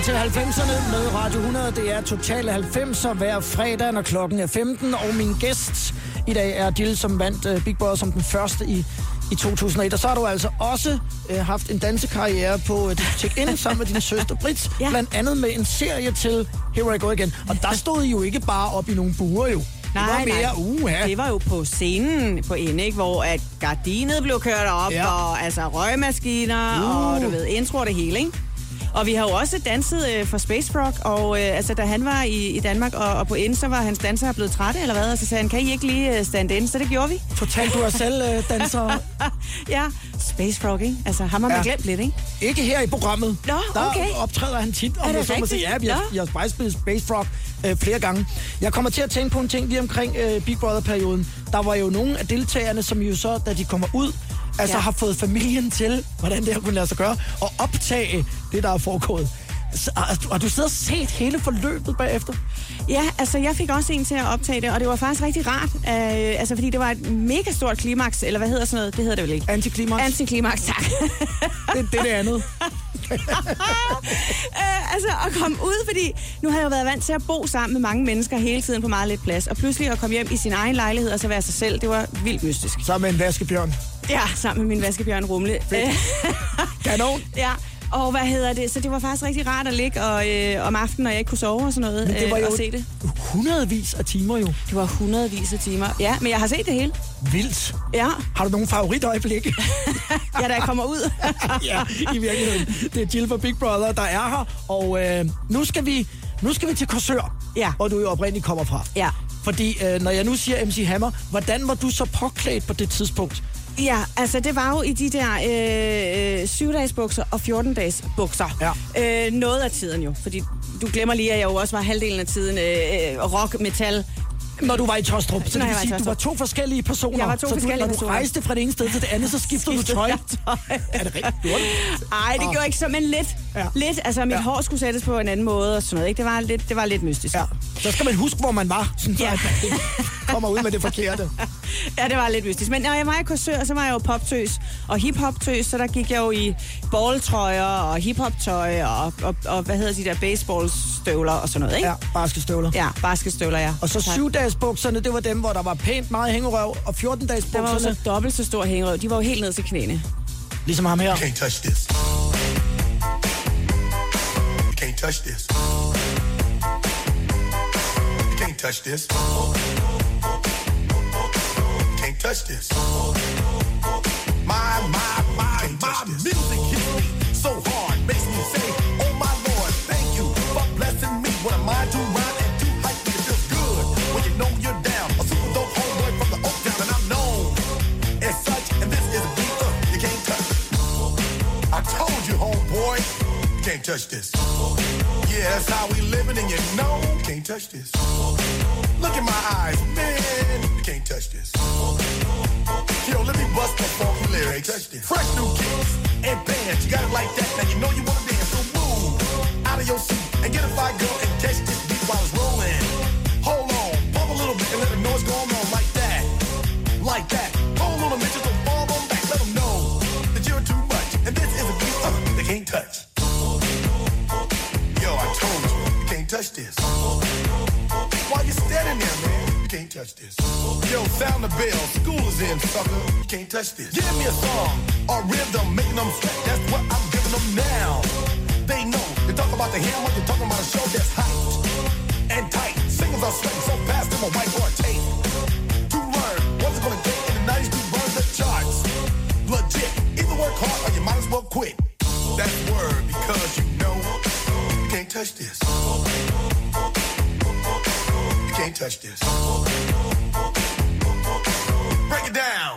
lytter til 90'erne med Radio 100. Det er Totale 90'er hver fredag, når klokken er 15. Og min gæst i dag er Jill, som vandt Big Brother som den første i 2001. Og så har du altså også haft en dansekarriere på Diskotek Ind sammen med din søster Britt. Ja. Blandt andet med en serie til Here I Go Again. Og der stod I jo ikke bare op i nogle buer jo. Nej, mere, det var jo på scenen på Inde, ikke? Hvor at gardinet blev kørt op, Ja. og altså røgmaskiner, og du ved, intro og det hele, ikke? Og vi har jo også danset for Space Rock, og altså, da han var i Danmark og på Inde, så var hans dansere blevet trætte, eller hvad? Og så sagde han, kan I ikke lige stand in? Så det gjorde vi. Totalt, du er selv danser. Ja, Space Rock, ikke? Altså, ham har man glemt lidt, ikke? Ikke her i programmet. Nå, okay. Der optræder han tit. Er det jeg så må sige, rigtigt? ja, vi har faktisk spillet Space Rock flere gange. Jeg kommer til at tænke på en ting lige omkring Big Brother-perioden. Der var jo nogle af deltagerne, som jo så, da de kommer ud, altså har fået familien til, hvordan det har kunnet lade sig gøre, og optage det, der er foregået. Har du siddet og set hele forløbet bagefter? Ja, altså jeg fik også en til at optage det, og det var faktisk rigtig rart, altså fordi det var et mega stort klimaks, eller hvad hedder sådan noget? Det hedder det vel ikke? Antiklimaks? Antiklimaks, tak. Det er det andet. Altså at komme ud, fordi nu har jeg jo været vant til at bo sammen med mange mennesker hele tiden på meget lidt plads, og pludselig at komme hjem i sin egen lejlighed og så være sig selv, det var vildt mystisk. Sammen med en vaskebjørn. Ja, sammen med min vaskebjørn Rumle. Kanon. Ja. Og hvad hedder det? Så det var faktisk rigtig rart at ligge om aftenen, når jeg ikke kunne sove og sådan noget, Men det var jo og se det. hundredvis af timer jo. Det var hundredvis af timer. Ja, men jeg har set det hele. Vildt. Ja. Har du nogle favoritøjeblikke? Ja, da jeg kommer ud. Ja, i virkeligheden. Det er Jill fra Big Brother, der er her. Og nu skal vi til Korsør, Ja. hvor du jo oprindeligt kommer fra. Ja. Fordi når jeg nu siger MC Hammer, hvordan var du så påklædt på det tidspunkt? Ja, altså det var jo i de der 7-dages bukser og 14-dages bukser. Ja. Noget af tiden jo, fordi du glemmer lige, at jeg jo også var halvdelen af tiden rock, metal. Når du var i Tostrup, så Når det vil jeg var i sige, du var Tostrup. to forskellige personer. Jeg var to så forskellige når du personer. rejste fra det ene sted til det andet, så skiftede du tøj. Er det rigtigt? Nej, det gjorde ikke så, men lidt. Ja. Lidt, altså mit hår skulle sættes på en anden måde og sådan noget, ikke? Det var lidt mystisk. Ja. Så skal man huske, hvor man var, sådan så Ja. at man ikke kommer ud med det forkerte. Ja, det var lidt mystisk. Men når jeg var i Korsør, så var jeg jo poptøs og hiphop-tøs, så der gik jeg jo i balltrøjer og hiphop-tøj og hvad hedder de der baseballstøvler og sådan noget, ikke? Ja, basketstøvler. Ja, basketstøvler, ja. Og så 7-dages-bukserne, det var dem, hvor der var pænt meget hængerøv, og Der var jo 14-dages-bukserne, så dobbelt så stor hængerøv. De var jo helt ned til knæene. ligesom ham her. You can't touch this. You can't touch this. You can't touch this. You can't touch this. My music hits me so hard, makes me say, oh my Lord, thank you for blessing me. What am I to rhyme and to hype me? It feels good when you know you're down. A super dope homeboy from the Oak Town, and I'm known as such. And this is a beat you can't touch. I told you, homeboy, you can't touch this. Yeah, that's how we living, and you know you can't touch this. Look in my eyes, man, you can't touch this. Yo, let me bust the funky lyrics. Fresh new kicks and bands, you got it like that. Now you know you wanna dance, so move out of your seat and get a fire girl and catch this beat while it's rolling. Hold on, pump a little bit and let the noise go on like that, like that. Hold on a minute, just don't fall on back. Let them know that you're too much, and this is a beat they can't touch. Yo, I told you, you can't touch this. Why you standing there, man? You can't touch this. Yo, sound the bell, school is in, sucker. You can't touch this. Give me a song or rhythm, making them sweat. That's what I'm giving them now. They know. You talk about the hammer, you're talking about a show that's hyped and tight. Singles are sweating so fast, them a whiteboard tape. To learn what's it gonna take in the 90s to burn the charts. Legit. Either work hard or you might as well quit. That's word because you know you can't touch this. You can't touch this. Break it down.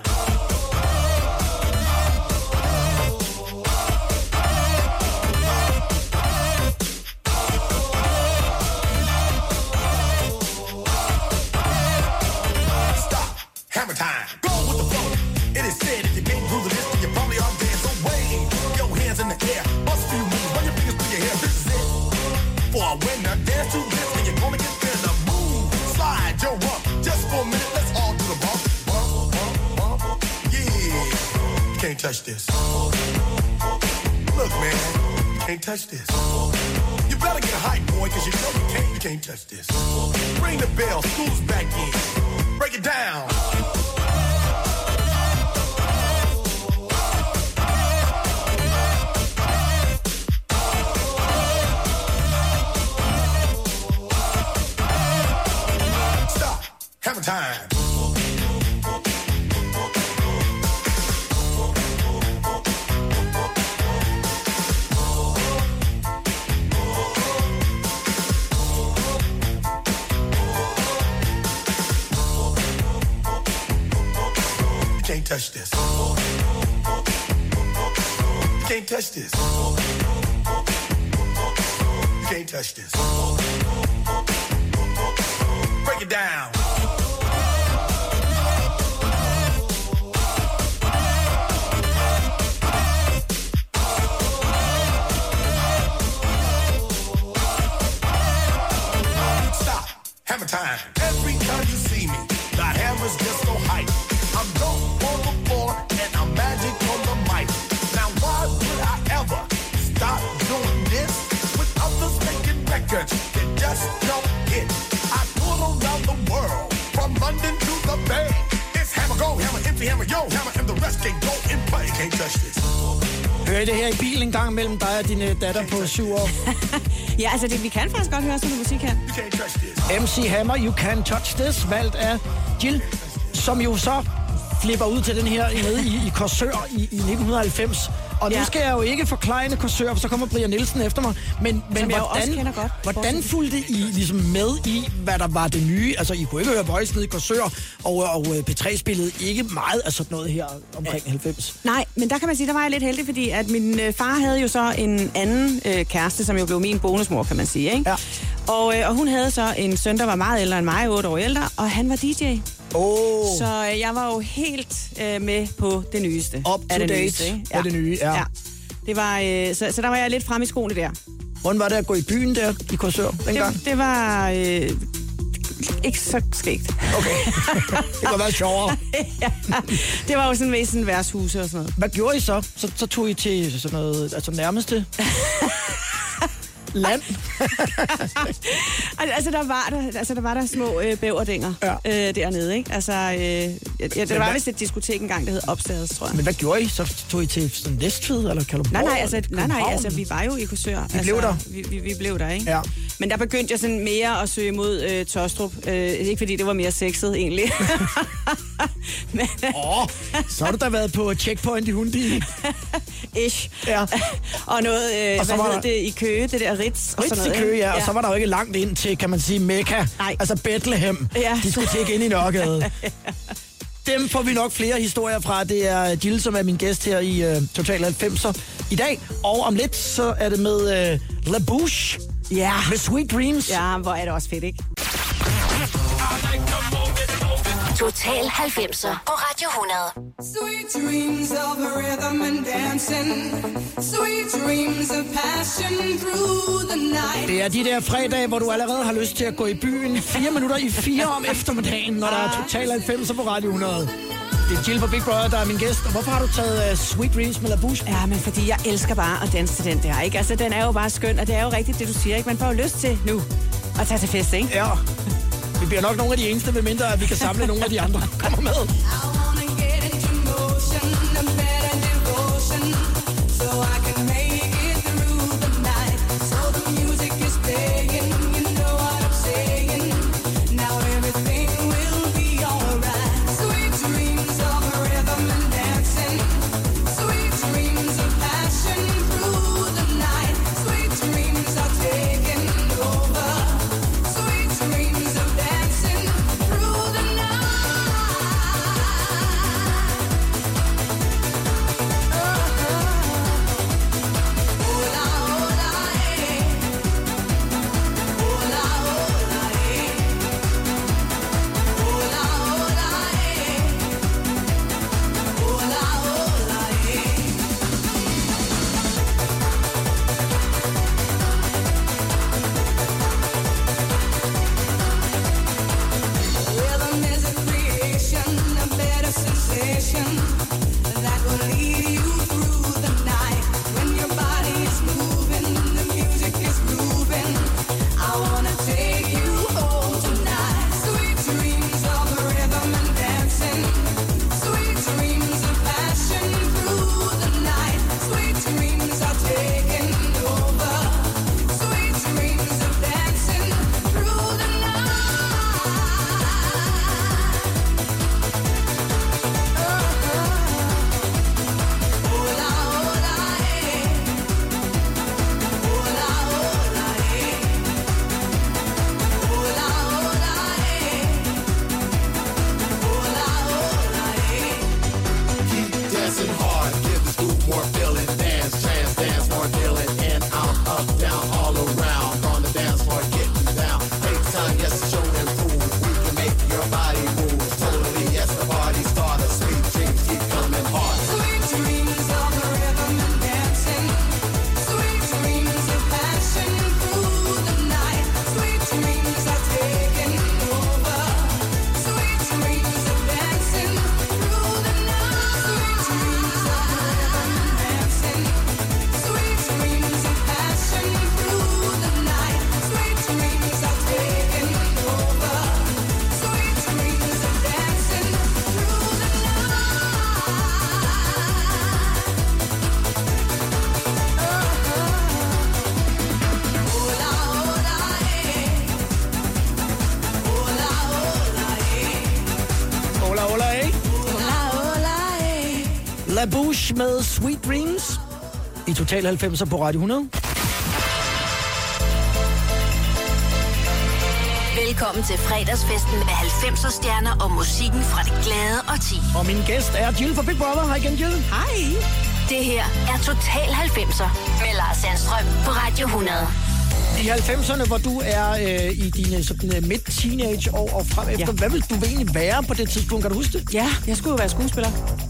Stop. Hammer time. Go with the flow. It is said if you can't groove this, then you probably are dead. So wave your hands in the air. Bust a few moves. Run your fingers through your hair. This is it. For a winner, dance to this, and you're gonna get there. The move. Slide your rump. Just for a minute, let's all do the bump. Bump, bump, bump. Yeah. You can't touch this. Look, man. You can't touch this. You better get hype, boy, cause you know you can't touch this. Ring the bell, school's back in. Break it down. Stop. Hammer time. Can't touch this. You can't touch this. You can't touch this. Break it down. Stop. Hammer time. Every time you see me, the hammer's just so hype. I'm dope on the floor and I'm magic on the mic. Now why would I ever stop doing this? With others making records that just don't hit. I tour around the world, from London to the Bay. It's hammer go, hammer empty, hammer yo, hammer and the rest can't go in play. Can't touch this. Hører I det her i bilen en gang mellem dig og din datter på 7 år? Ja, altså vi kan faktisk godt høre sådan noget musik her. You can't touch this. MC Hammer, You Can Touch This, valgt af Jill, som jo så flipper ud til den her nede i Korsør i 1990. Og nu skal jeg jo ikke forklejne Korsør, for så kommer Brian Nielsen efter mig. Men hvordan fulgte I ligesom med i, hvad der var det nye? Altså, I kunne ikke høre Voice nede i Korsør, og P3 spillede ikke meget af sådan noget her omkring 90. Nej, men der kan man sige, der var jeg lidt heldig, fordi at min far havde jo så en anden kæreste, som jo blev min bonusmor, kan man sige, ikke? Ja. Og hun havde så en søn, der var meget ældre end mig, 8 år ældre, og han var DJ. Oh. Så jeg var jo helt med på det nyeste. Up to date ja. det nye, ja. Det var, så der var jeg lidt frem i skoene der. Hvordan var det at gå i byen der i Korsør dengang? Det var ikke så skægt. Okay, det kunne være sjovere. Ja, det var jo sådan ved sådan værtshuse og sådan noget. Hvad gjorde I så? Så tog I til sådan noget, altså nærmeste land? Altså der var der små bæverdænger dernede, ikke? Altså der var vist et diskotek engang, der hed Opstades, tror jeg. Men hvad gjorde I? Så tog I til sådan Næstved eller Kalundborg? Nej, vi var jo i Korsør. Blev der? Vi blev der, ikke? Ja. Men der begyndte jeg sådan mere at søge mod Tostrup. Ikke fordi det var mere sexet, egentlig. Men, så har du da været på checkpoint i Hundi. Ish. Ja. Og noget, og hvad hedder det, i Køge, det der Ritz og sådan noget. I Køge, ja. Og så var der jo ikke langt ind til, kan man sige, Mekka. Nej. Altså Bethlehem. Ja. De skulle tjekke ind i Nørregade. Dem får vi nok flere historier fra. Det er Jill, som er min gæst her i Total 90'er i dag. Og om lidt, så er det med La Bouche. Ja. Med Sweet Dreams. Ja, hvor er det også fedt, ikke? Total 90'er på Radio 100. Sweet dreams of rhythm and dancing. Sweet dreams of passion through the night. Det er de der fredage, hvor du allerede har lyst til at gå i byen 4 minutter i 4 om eftermiddagen, når der er Total 90'er på Radio 100. Det er Jill fra Big Brother, der er min gæst. Og hvorfor har du taget Sweet Dreams med La Bouche? Ja, men fordi jeg elsker bare at danse til den der, ikke? Altså, den er jo bare skøn, og det er jo rigtigt, det du siger, ikke? Man får jo lyst til nu at tage til fest, ikke? Ja. Vi bliver nok nogle af de eneste, medmindre at vi kan samle nogle af de andre. Kommer med. La Bouche med Sweet Dreams i Total 90'er på Radio 100. Velkommen til fredagsfesten med 90'er stjerner og musikken fra det glade årti. Og min gæst er Jill fra Big Brother. Hej igen, Jill. Hej. Det her er Total 90'er med Lars Sandstrøm på Radio 100. I 90'erne, hvor du er i dine midt-teenage-år og frem efter, hvad vil du egentlig være på det tidspunkt? Kan du huske det? Ja, jeg skulle jo være skuespiller.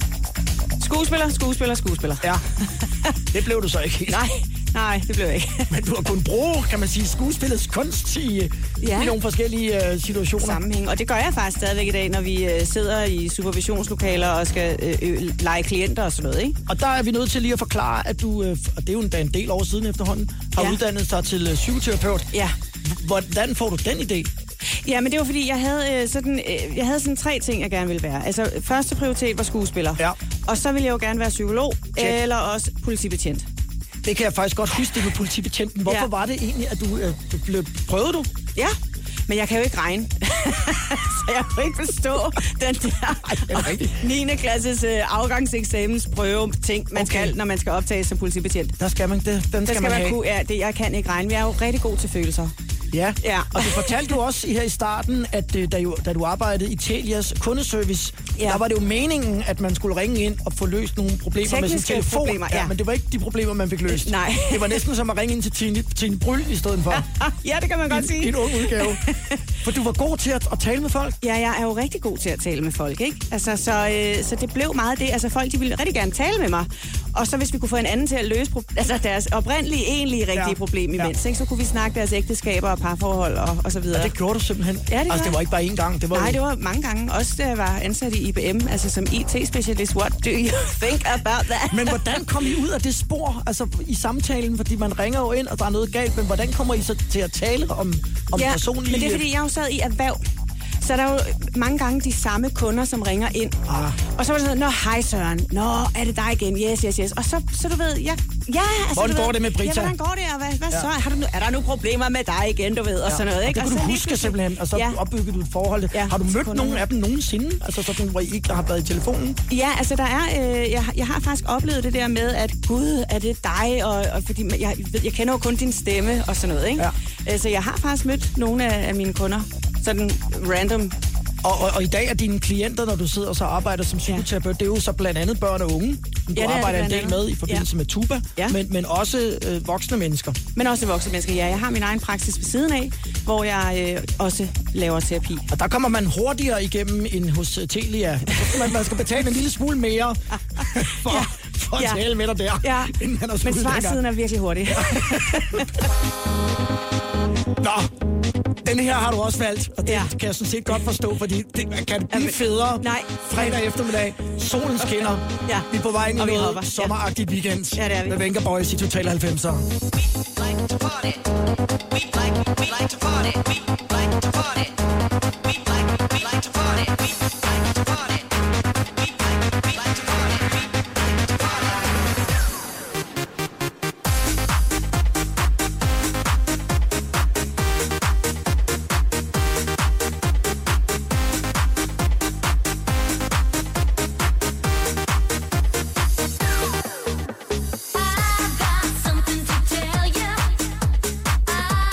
Skuespiller. Ja, det blev du så ikke helt. Nej, det blev jeg ikke. Men du har kunnet bruge, kan man sige, skuespillets kunst i nogle forskellige situationer. Sammenhæng. Og det gør jeg faktisk stadigvæk i dag, når vi sidder i supervisionslokaler og skal lege klienter og sådan noget, ikke? Og der er vi nødt til lige at forklare, at du, og det er jo en del år siden efterhånden, har uddannet sig til psykoterapeut. Ja. Hvordan får du den idé? Ja, men det var fordi, jeg havde sådan 3 ting, jeg gerne ville være. Altså, første prioritet var skuespiller. Ja. Og så ville jeg jo gerne være psykolog, eller også politibetjent. Det kan jeg faktisk godt huske, det med politibetjenten. Hvorfor var det egentlig, at du prøvede du? Ja, men jeg kan jo ikke regne. Så jeg kan ikke forstå den der 9. klasses afgangseksamensprøve ting, man skal, når man skal optages som politibetjent. Der skal man det. Den skal man have. Jeg kan ikke regne. Vi er jo rigtig gode til følelser. Ja, og du fortalte jo også her i starten, at da du arbejdede i Telias kundeservice, der var det jo meningen, at man skulle ringe ind og få løst nogle problemer med sin telefon. Problemer, ja. Men det var ikke de problemer, man fik løst. Nej. Det var næsten som at ringe ind til Tine Bryl i stedet for. Ja, det kan man godt sige. I en ung udgave. For du var god til at tale med folk. Ja, jeg er jo rigtig god til at tale med folk, ikke? Altså, så det blev meget det. Altså, folk de ville rigtig gerne tale med mig. Og så hvis vi kunne få en anden til at løse deres oprindelige, rigtige problem imens, ikke? Så kunne vi snakke deres ægteskaber og parforhold og så videre. Og det gjorde du simpelthen? Ja, det var ikke bare én gang? Det var mange gange. Også da jeg var ansat i IBM, altså som IT-specialist. What do you think about that? Men hvordan kom I ud af det spor, altså i samtalen? Fordi man ringer jo ind, og der er noget galt, men hvordan kommer I så til at tale om personlige... men det er fordi, jeg jo sad i erhverv. Så der er jo mange gange de samme kunder, som ringer ind. Og så var det sådan, hej Søren. Er det dig igen? Yes. Og så du ved, altså, hvordan går det med Brita? Ja, hvordan går det, og hvad så? Er der nu problemer med dig igen, du ved, og sådan noget, ikke? Og det kunne du huske simpelthen, og så opbygger du et forhold. Ja, har du mødt nogen af dem nogensinde? Altså sådan, hvor I ikke har været i telefonen? Ja, altså der er, jeg har faktisk oplevet det der med, at gud, er det dig? Og fordi jeg kender jo kun din stemme og sådan noget, ikke? Ja. Så jeg har faktisk mødt nogle af mine kunder. Sådan random. Og i dag er dine klienter, når du sidder og så arbejder som psykoterapeut, det er jo så blandt andet børn og unge, som du arbejder en del med i forbindelse med Tuba, men også voksne mennesker. Men også voksne mennesker, ja. Jeg har min egen praksis ved siden af, hvor jeg også laver terapi. Og der kommer man hurtigere igennem end hos Telia. Man skal betale en lille smule mere for at tale med dig der. Ja. Men svartiden er virkelig hurtig. Nå. Den her har du også valgt, og det kan jeg sådan set godt forstå, fordi det kan blive federe. Fredag eftermiddag, solen skinner. Ja. Vi er på vej ind i noget sommeragtigt weekend med Venga Boys i Total 90'er.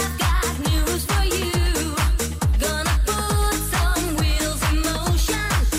Gonna put some wheels in motion.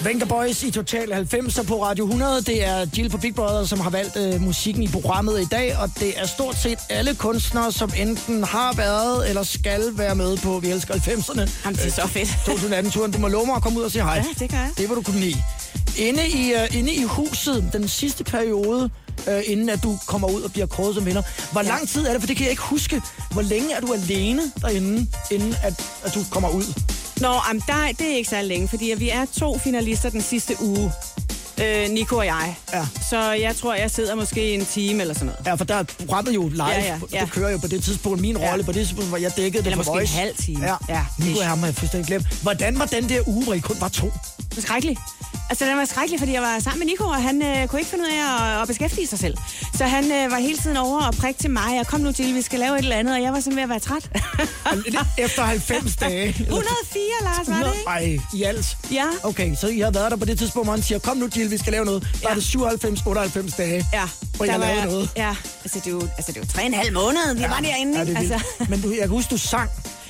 Venga Boys i Total 90 på Radio 100. Det er Jill på Big Brother, som har valgt musikken i programmet i dag, og det er stort set alle kunstnere, som enten har været eller skal være med på Vi Elsker 90'erne. Jamen, det er så fedt. 2018-turen. Du må love mig at komme ud og sige hej. Ja, det gør jeg. Det vil du kunne lide. Inde i huset, den sidste periode, inden at du kommer ud og bliver kåret som vinder. Hvor lang tid er det? For det kan jeg ikke huske. Hvor længe er du alene derinde, inden at du kommer ud? Nå, det er ikke så længe, fordi vi er 2 finalister den sidste uge. Nico og jeg. Ja. Så jeg tror, jeg sidder måske en time eller sådan noget. Ja, for der er programmet jo live. Ja. Det kører jo på det tidspunkt. Min rolle på det tidspunkt, hvor jeg dækkede det eller for måske Voice. en halv time. Ja. Nico og ham har jeg fuldstændig glemt. Hvordan var den der uge, hvor I kun var 2? Det var skrækkeligt. Altså, den var skrækkelig, fordi jeg var sammen med Nico, og han kunne ikke finde ud af at beskæftige sig selv. Så han var hele tiden over og prikke til mig, og kom nu til, vi skal lave et eller andet, og jeg var simpelthen ved at være træt. Efter 90 dage. 104, Lars, var det ikke? Ej, i alt. Ja. Okay, så I har været der på det tidspunkt, hvor han siger, kom nu, Jill, vi skal lave noget. Der er det 97-98 dage, Ja. hvor jeg lavede noget. Ja, altså det er jo 3,5 måneder, vi var derinde. Ja, det er vildt. Altså. Men jeg kan huske, du sang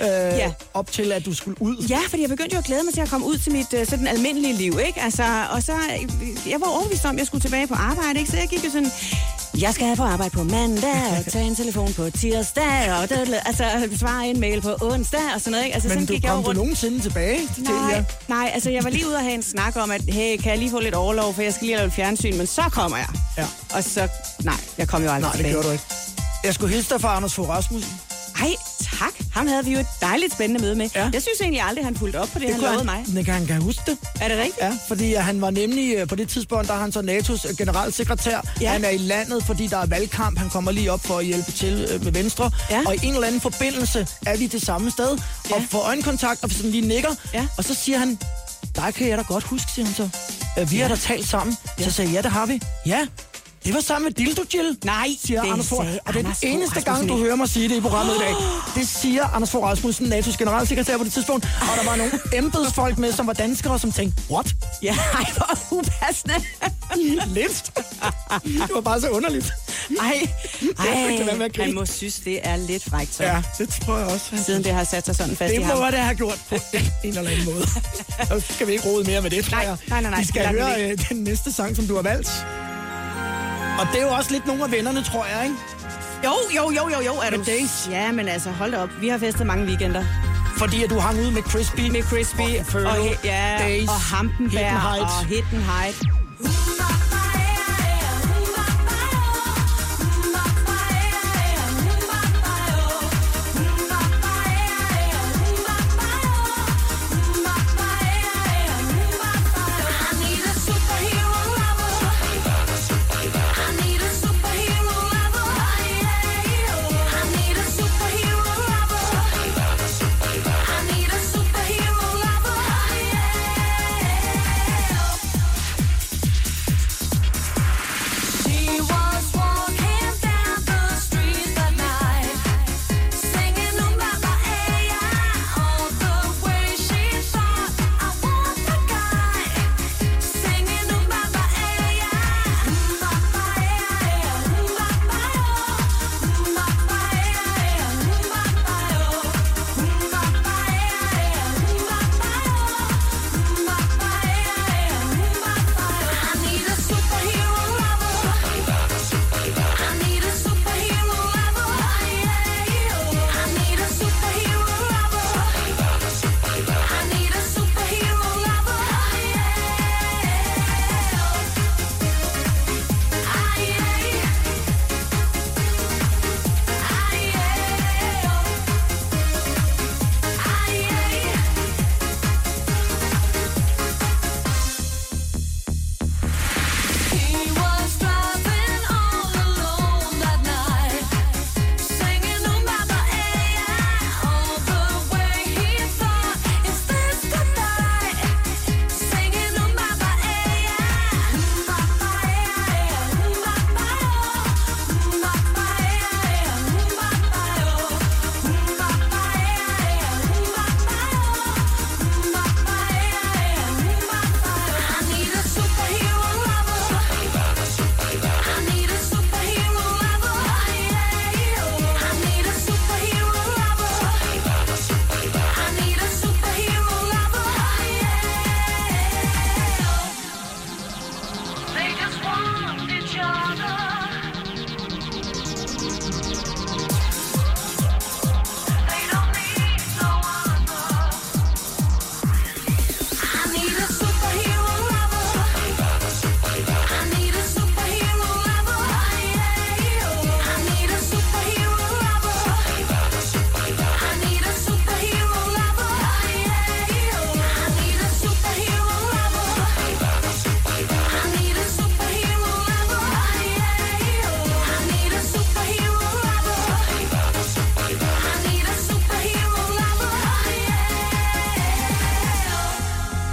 op til, at du skulle ud. Ja, fordi jeg begyndte jo at glæde mig til at komme ud til mit sådan almindelige liv, ikke? Altså, og så, jeg var overbevist om, at jeg skulle tilbage på arbejde, ikke? Så jeg gik jo sådan, jeg skal have på arbejde på mandag, og tage en telefon på tirsdag, og svare en mail på onsdag, og sådan noget, ikke? Altså, Men sådan gik jeg kom rundt. du nogensinde tilbage til det? Nej, altså jeg var lige ude og have en snak om, at hey, kan jeg lige få lidt overlov, for jeg skal lige lave et fjernsyn, men så kommer jeg. Ja. Og så, jeg kom jo aldrig Nej, det tilbage. gjorde du ikke. Jeg skulle hilse dig fra Anders Fogh Rasmussen. Ej, tak. Ham havde vi jo et dejligt spændende møde med. Ja. Jeg synes egentlig aldrig, han fulgte op på det han lovede mig. Han kan huske det. Er det rigtigt? Ja, fordi han var nemlig på det tidspunkt, der er han så NATO's generalsekretær. Ja. Han er i landet, fordi der er valgkamp. Han kommer lige op for at hjælpe til med Venstre. Ja. Og i en eller anden forbindelse er vi det samme sted. Ja. Og får øjenkontakt, og sådan lige nikker. Ja. Og så siger han, dig kan jeg da godt huske, siger han så. Vi har da talt sammen. Så sagde jeg, ja, det har vi. Ja. Det var sammen med Dildo Jill, Nej, siger det Anders Fogh. sagde Og det er Anders den Fogh eneste gang, Rasmussen du ikke. hører mig sige det i programmet i dag. Det siger Anders Fogh Rasmussen, NATO's generalsekretær på det tidspunkt. Og der var nogle embedsfolk med, som var danskere, som tænkte, what? Ja, hvor upassende. Lidt. Det var bare så underligt. Ej, kan være med at grine. han må synes, det er lidt frækt, så. Ja, det tror jeg også. Siden det har sat sig sådan fast i Det ham. må det have gjort på en eller anden måde. Så skal vi ikke rode mere med det, tror jeg. Nej. Vi skal Lad den høre den næste sang, som du har valgt. Og det er jo også lidt nogle af vennerne, tror jeg, ikke? Jo, er du? Med Days. Ja, men altså, hold da op. Vi har festet mange weekender. Fordi at du hang ud med Crispy. Med Crispy og Inferno, Days, og Hampenberg Hidden Heights. og Hidden Heights.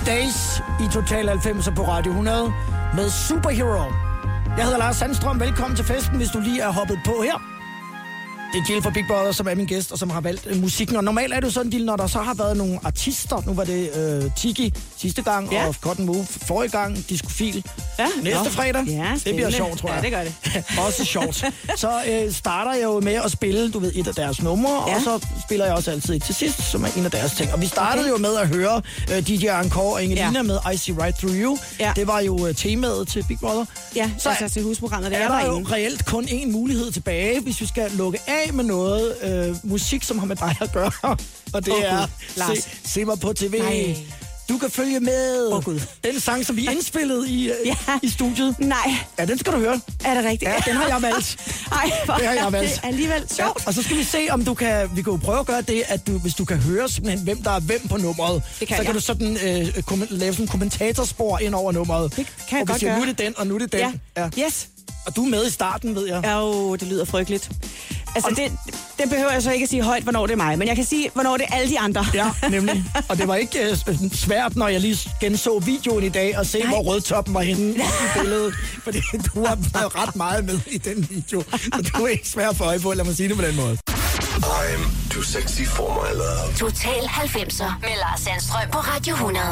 Days i Total 90'er på Radio 100 med Superhero. Jeg hedder Lars Sandstrøm. Velkommen til festen, hvis du lige er hoppet på her. Det er Jill fra Big Brother, som er min gæst, og som har valgt musikken. Og normalt er det jo sådan, Jill, når der så har været nogle artister. Nu var det Tiki sidste gang, og Cotton Move forrige gang, Discofil næste fredag. Ja, det bliver sjovt, tror jeg. Ja, det gør det. Også sjovt. Så starter jeg jo med at spille, du ved, et af deres numre, og så spiller jeg også altid et til sidst, som er en af deres ting. Og vi startede jo med at høre DJ Encore og Ingelina med I See Right Through You. Ja. Det var jo temaet til Big Brother. Ja, så altså til husprogrammet. Er der jo reelt kun én mulighed tilbage, hvis vi skal lukke af med noget musik, som har med dig at gøre. Og det er Se mig på TV. Nej. Du kan følge med. Den sang, som vi indspillede i studiet. Nej. Ja, den skal du høre. Er det rigtigt? Ja, den har jeg valgt. Ej, det har jeg valgt. Det er alligevel sjovt. Ja, og så skal vi se, om du kan... Vi kan jo prøve at gøre det, at du, hvis du kan høre simpelthen, hvem der er hvem på nummeret. Så kan du sådan lave sådan en kommentatorspor ind over nummeret. Det kan jeg godt gøre. Nu er det den, og nu er det den. Ja. Yes. Og du er med i starten, ved jeg. Det lyder frygteligt. Altså, det behøver jeg så ikke at sige højt, hvornår det er mig, men jeg kan sige, hvornår det er alle de andre. Ja, nemlig. Og det var ikke svært, når jeg lige genså videoen i dag, og se, hvor rødtoppen var henne i billedet. Fordi du har været ret meget med i den video. Så du er ikke svær for øje på, lad mig sige det på den måde. I'm too sexy for my love. Total 90'er med Lars Sandstrøm på Radio 100.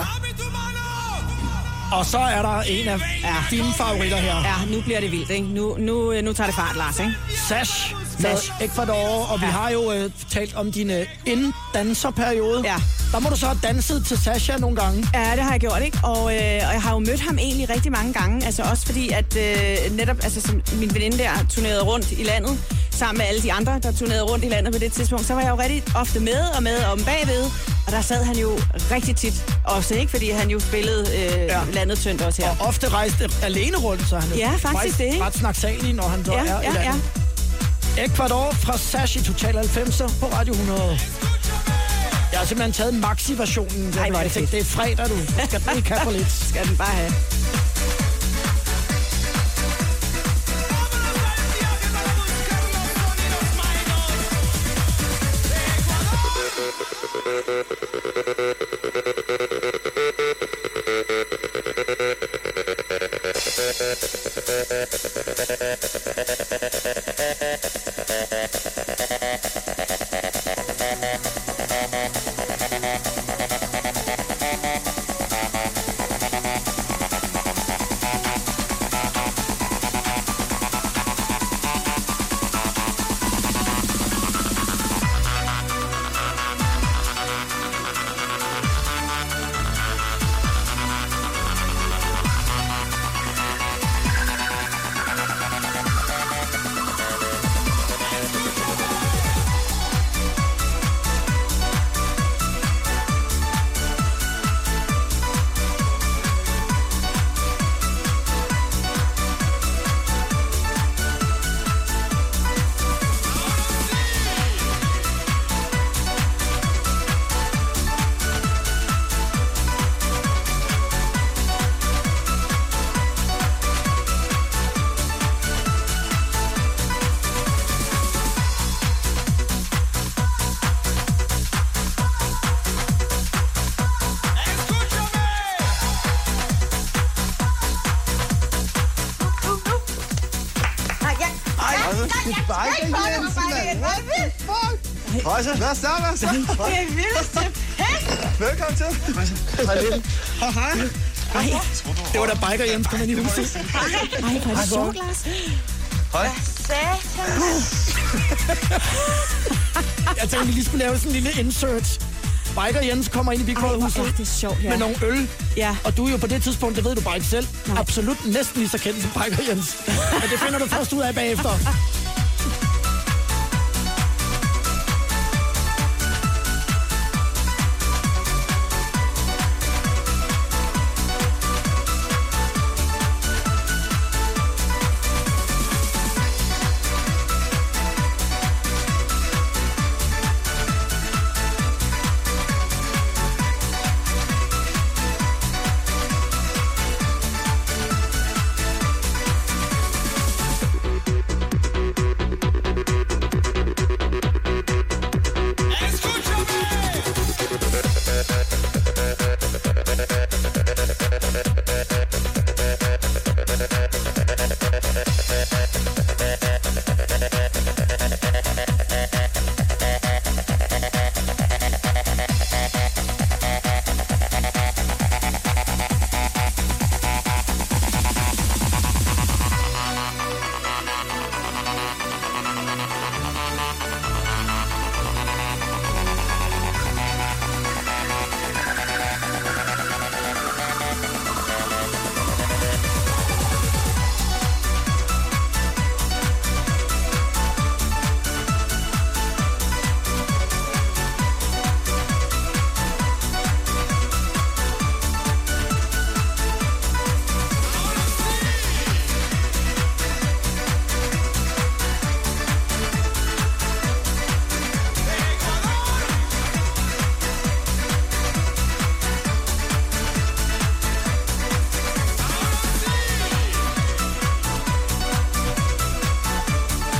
Og så er der en af dine favoritter her. Ja, nu bliver det vildt, ikke? Nu tager det fart, Lars, ikke? Sash med Ecuador, og vi har jo talt om din inddanserperiode. Ja. Der må du så have danset til Sasha nogle gange. Ja, det har jeg gjort, ikke? Og jeg har jo mødt ham egentlig rigtig mange gange. Altså også fordi, at netop som min veninde der turnerede rundt i landet, sammen med alle de andre, der turnerede rundt i landet på det tidspunkt, så var jeg jo rigtig ofte med om bagved. Og der sad han jo rigtig tit også, ikke? Fordi han jo spillede landet tyndt også her. Og ofte rejste alene rundt, så han jo faktisk det, ikke? Ret snaksalig, når han så er i landet. Ja. Ecuador fra Sash i Total 90'er på Radio 100. Jeg har simpelthen taget maxi-versionen. Jeg tænkte, det er fredag, du skal drikke kaffe lidt. Skal den bare have. Højse, hvad så? Det er vildeste pæk. Velkommen til. Hej Lille. Hej. Det var da Biker Jens kom ind i huset. Hej, hvor er det sjovt, Lars. Hej. Jeg tænkte, vi lige skulle lave sådan en lille insert. Biker Jens kommer ind i Big Brother-huset det er sjovt, med nogle øl. Ja. Og du er jo på det tidspunkt, det ved du bare ikke selv, absolut næsten lige så kendt som Biker Jens. Men det finder du først ud af bagefter.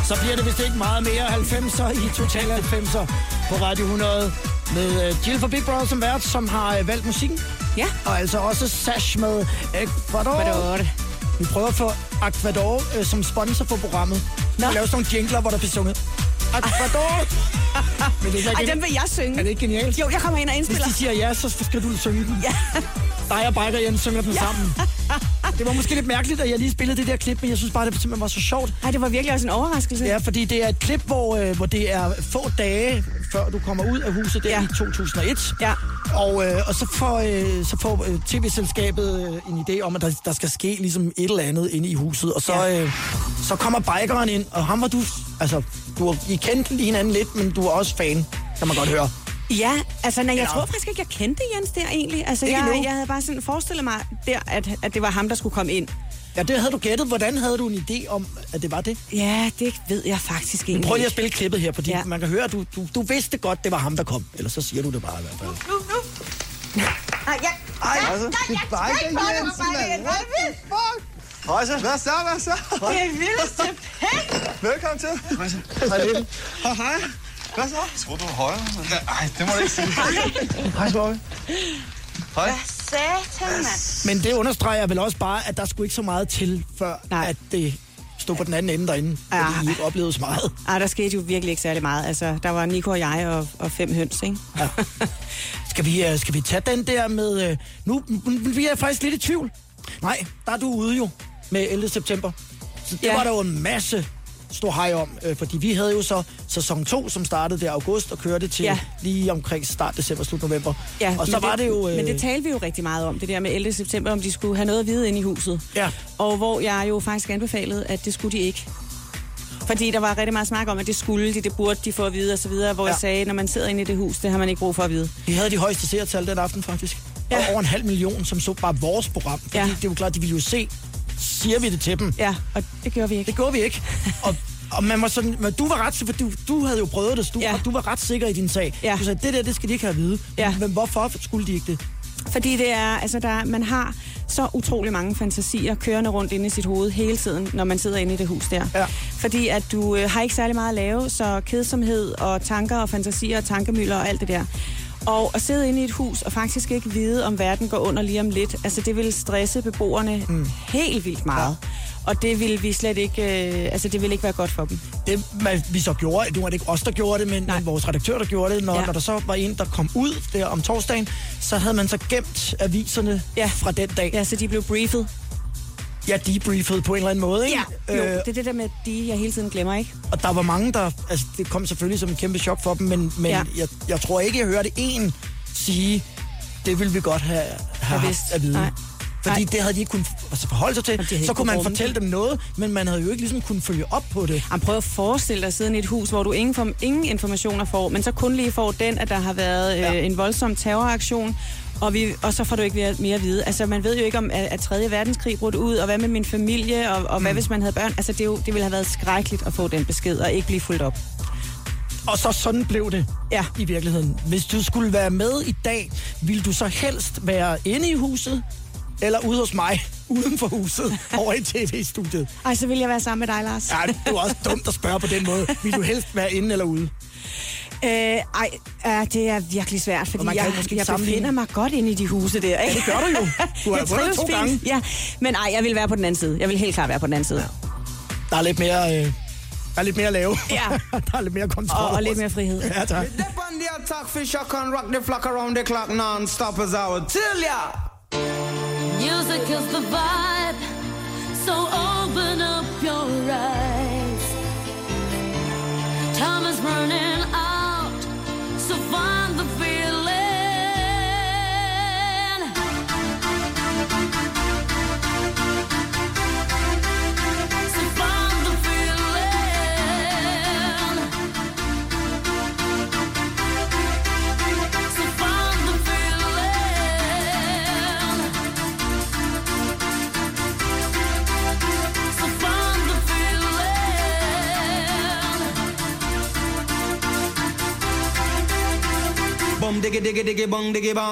Så bliver det vist ikke meget mere 90'er i Total 90'er på Radio 100 med Jill fra Big Brother som vært, som har valgt musikken. Ja. Og altså også Sash med Ecuador. Vi prøver at få Ecuador som sponsor for programmet. Vi laver sådan nogle jingler, hvor der bliver sunget Ecuador. Men det er Ej, den vil jeg synge. Er det ikke genialt? Jo, jeg kommer ind og indspiller. Hvis de siger ja, så skal du synge den. Ja. Dig og Biker Jens synger den sammen. Det var måske lidt mærkeligt, at jeg lige spillede det der klip, men jeg synes bare, det simpelthen var så sjovt. Ej, det var virkelig også en overraskelse. Ja, fordi det er et klip, hvor det er få dage, før du kommer ud af huset der i 2001. Ja. Og så får tv-selskabet en idé om, at der skal ske ligesom et eller andet inde i huset. Og så kommer bikeren ind, og ham var du... Altså, I kendte lige hinanden lidt, men du var også fan, kan man godt høre. Ja, altså jeg tror faktisk ikke, jeg kendte Jens der egentlig. Altså, jeg havde bare sådan forestillet mig der, at det var ham, der skulle komme ind. Ja, det havde du gættet. Hvordan havde du en idé om, at det var det? Ja, det ved jeg faktisk ikke. Prøv lige at spille klippet her, fordi man kan høre, at du vidste godt, det var ham, der kom. Ellers så siger du det bare i hvert fald. Hej så. Hvad så? Det er vildeste pæk. Velkommen til. Hej så. Hej. Hvad så? Jeg tror, du var højere. Nej, det må du ikke sige. Hej, Bobby. Hej. Satan, mand. Men det understreger vel også bare, at der skulle ikke så meget til, før at det stod på den anden ende derinde. Fordi I ikke oplevede så meget. Der skete jo virkelig ikke særlig meget. Altså, der var Nico og jeg og 5 høns, ikke? Ja. Skal vi tage den der med... Nu vi er faktisk lidt i tvivl. Nej, der er du ude jo med 11. september. Så det var der jo en masse stor hej om, fordi vi havde jo så sæson 2, som startede der august og kørte til lige omkring start december, slut november. Ja, og så var det jo... Men det talte vi jo rigtig meget om, det der med 11. september, om de skulle have noget at vide inde i huset. Ja. Og hvor jeg jo faktisk anbefalede, at det skulle de ikke. Fordi der var rigtig meget snak om, at det skulle de, det burde de få at vide og så videre, hvor jeg sagde, når man sidder inde i det hus, det har man ikke brug for at vide. Vi havde de højeste seertal den aften faktisk. Ja. Og over 500.000, som så bare vores program. Fordi det er jo klart, de ville jo se, siger vi det til dem. Ja, og det gjorde vi ikke. Det gjorde vi ikke. Og man var sådan, men du var ret sikker, for du havde jo prøvet det, og du var ret sikker i din sag. Ja. Du sagde, det skal de ikke have at vide. Ja. Men hvorfor skulle de ikke det? Fordi det er, altså man har så utrolig mange fantasier kørende rundt inde i sit hoved hele tiden, når man sidder inde i det hus der. Ja. Fordi at du har ikke særlig meget at lave, så kedsomhed og tanker og fantasier og tankemøller og alt det der. Og at sidde inde i et hus og faktisk ikke vide, om verden går under lige om lidt, altså det vil stresse beboerne helt vildt meget. Ja. Og det ville vi slet ikke, det ville ikke være godt for dem. Det vi så gjorde, det var ikke os, der gjorde det, men vores redaktør, der gjorde det. Når der så var en, der kom ud der om torsdagen, så havde man så gemt aviserne fra den dag. Ja, så de blev briefet. Ja, debriefet på en eller anden måde, ikke? Ja, jo, det er det der med jeg hele tiden glemmer, ikke? Og der var mange, der... Altså, det kom selvfølgelig som en kæmpe chok for dem, men jeg tror ikke, jeg hørte en sige, det ville vi godt have haft at vide. Nej. Fordi det havde de ikke kunnet forholde sig til. Så kunne man fortælle dem noget, men man havde jo ikke ligesom kunnet følge op på det. Prøv at forestille dig at sidde i et hus, hvor du ingen informationer får, men så kun lige får den, at der har været en voldsom terroraktion, og så får du ikke mere at vide. Altså, man ved jo ikke om, at 3. verdenskrig brudte ud, og hvad med min familie, og hvad hvis man havde børn. Altså, det ville have været skrækkeligt at få den besked, og ikke blive fulgt op. Og så sådan blev det i virkeligheden. Hvis du skulle være med i dag, ville du så helst være inde i huset, eller ude hos mig, uden for huset, over i tv-studiet? Ej, så vil jeg være sammen med dig, Lars. Ja, det var også dumt at spørge på den måde. Vil du helst være inde eller ude? Det er virkelig svært, fordi jeg befinder mig godt inde i de huse der, ikke? Ja, det gør du jo. Du har været 2 gange. Ja, men jeg vil være på den anden side. Jeg vil helt klart være på den anden side. Ja. Der er lidt mere... Der er lidt mere at lave. Ja. Der er lidt mere kontrol. Og lidt mere frihed. Ja, tak. Music is the vibe, so open up your eyes. Time is running out, so find the feeling. So find the feeling. So find the feeling. So find the feeling. Bum diggy diggy diggy bong diggy bong.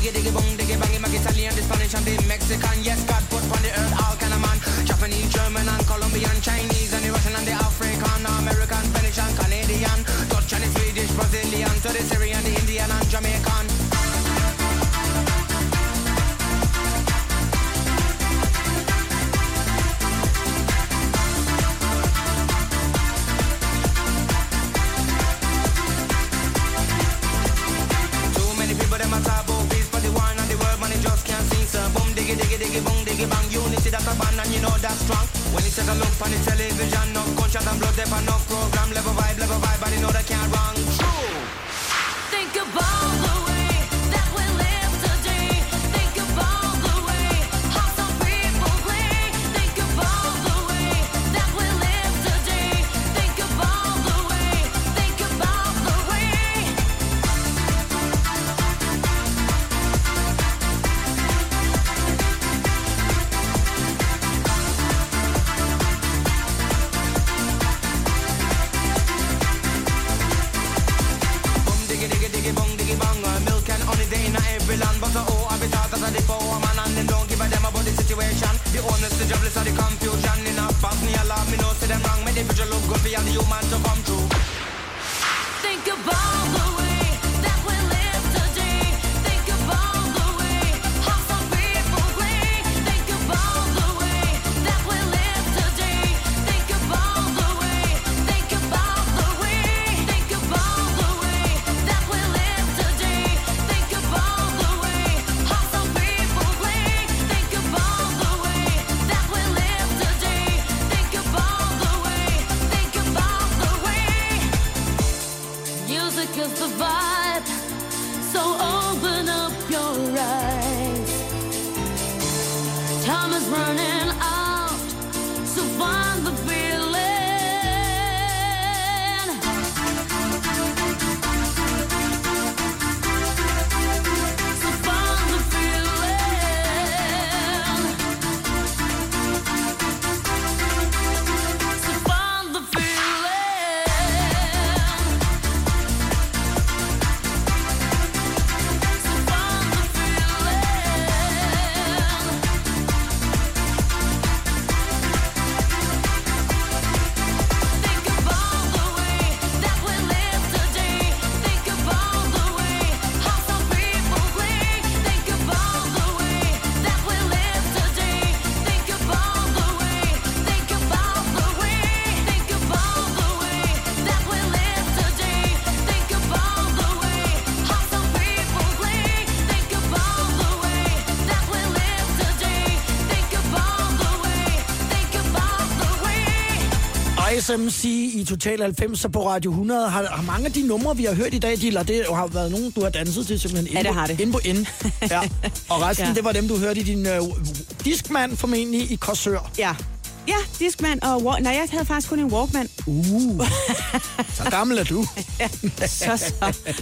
diggy diggy bong diggy bangy, my Italian, the Spanish and the Mexican. Yes, God put on the earth all kind of man. Japanese, German and Colombian, Chinese and the Russian and the African, American, Spanish and Canadian, Dutch and the Swedish, Brazilian, to the Syrian, the Indian and Jamaican. And you know that's strong. When you take a look on the television, no gunshot and blood, there no program, level vibe, but you know they can't wrong. True. Think about the way that we live today. Think about the way how some people play. Think about the way that we live today. Think about the way. Think about the way. But the oh, I be talking to the power man and them don't give a damn about the situation. The honest, the jobless, or the confusion. In a box, me alarm, me know, see them wrong. Me the future look good for all the human to come true. Think about the way that we live today. Think about the way how some people play. Think about the way that we live today. Think about the way. Think about the way. Think about the way that we live today. Think about the way how some people play. Think about the way that we live today. Think about the way. Think about the way. Music is the vibe, so open up your eyes. Time is running out, so find the feeling. So find the feeling. So find the SMC i Total 90 på Radio 100. Har mange af de numre, vi har hørt i dag, det har været nogen, du har danset til simpelthen Ja, det har det. Inde på inde. Ja. Og resten, det var dem, du hørte i din Discman formentlig i Korsør. Ja. Ja, Discman og nej, jeg havde faktisk kun en Walkman. Så gammel er du. Så.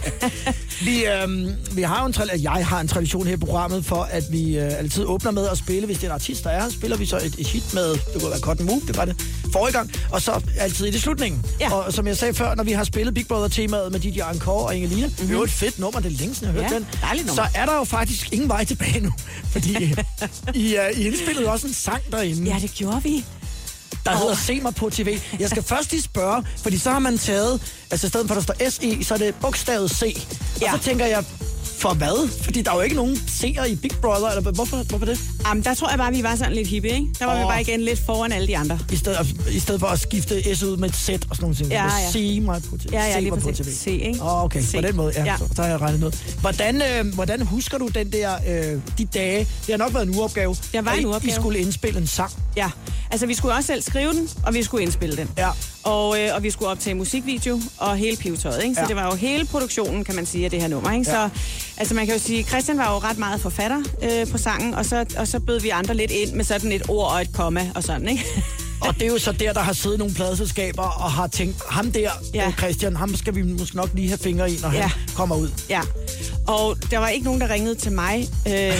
Vi har jo jeg har en tradition her i programmet for, at vi altid åbner med at spille. Hvis det er en artist, der er, spiller vi så et hit med, det kunne være Cotton Move, det var det forrige gang, og så altid i det slutningen. Ja. Og som jeg sagde før, når vi har spillet Big Brother-temaet med DJ Encore og Ingelina, det er jo et fedt nummer, det er længe siden, jeg har hørt den. Så er der jo faktisk ingen vej tilbage nu, fordi I indspillede også en sang derinde. Ja, det gjorde vi. Der hedder Se mig på TV. Jeg skal først lige spørge, fordi så har man taget, altså i stedet for at der står SE, så er det bogstavet C. Og så tænker jeg, for hvad? Fordi der er jo ikke nogen seere i Big Brother, eller hvorfor det? Jamen, der tror jeg bare, vi var sådan lidt hippie, ikke? Der var vi bare igen lidt foran alle de andre. I stedet for at skifte S ud med et Z og sådan nogle ting. Ja. Se mig på TV. Ja, lige på TV. Se, ikke? Okay, på den måde, ja. Så har jeg regnet noget. Hvordan husker du den der, de dage? Det har nok været en ugeopgave. Det var en ugeopgave. I skulle indspille en sang. Ja, altså vi skulle også selv skrive den, og vi skulle indspille den. Ja. Og vi skulle optage musikvideo og hele pivetøjet, ikke? Så det var jo hele produktionen, kan man sige, af det her nummer, ikke? Ja. Så altså man kan jo sige, Christian var jo ret meget forfatter på sangen, og så bød vi andre lidt ind med sådan et ord og et komma og sådan, ikke? Og det er jo så der har siddet nogle pladeselskaber og har tænkt, ham der, Christian, ham skal vi måske nok lige have fingre i, når han kommer ud. Ja, og der var ikke nogen, der ringede til mig. Ej,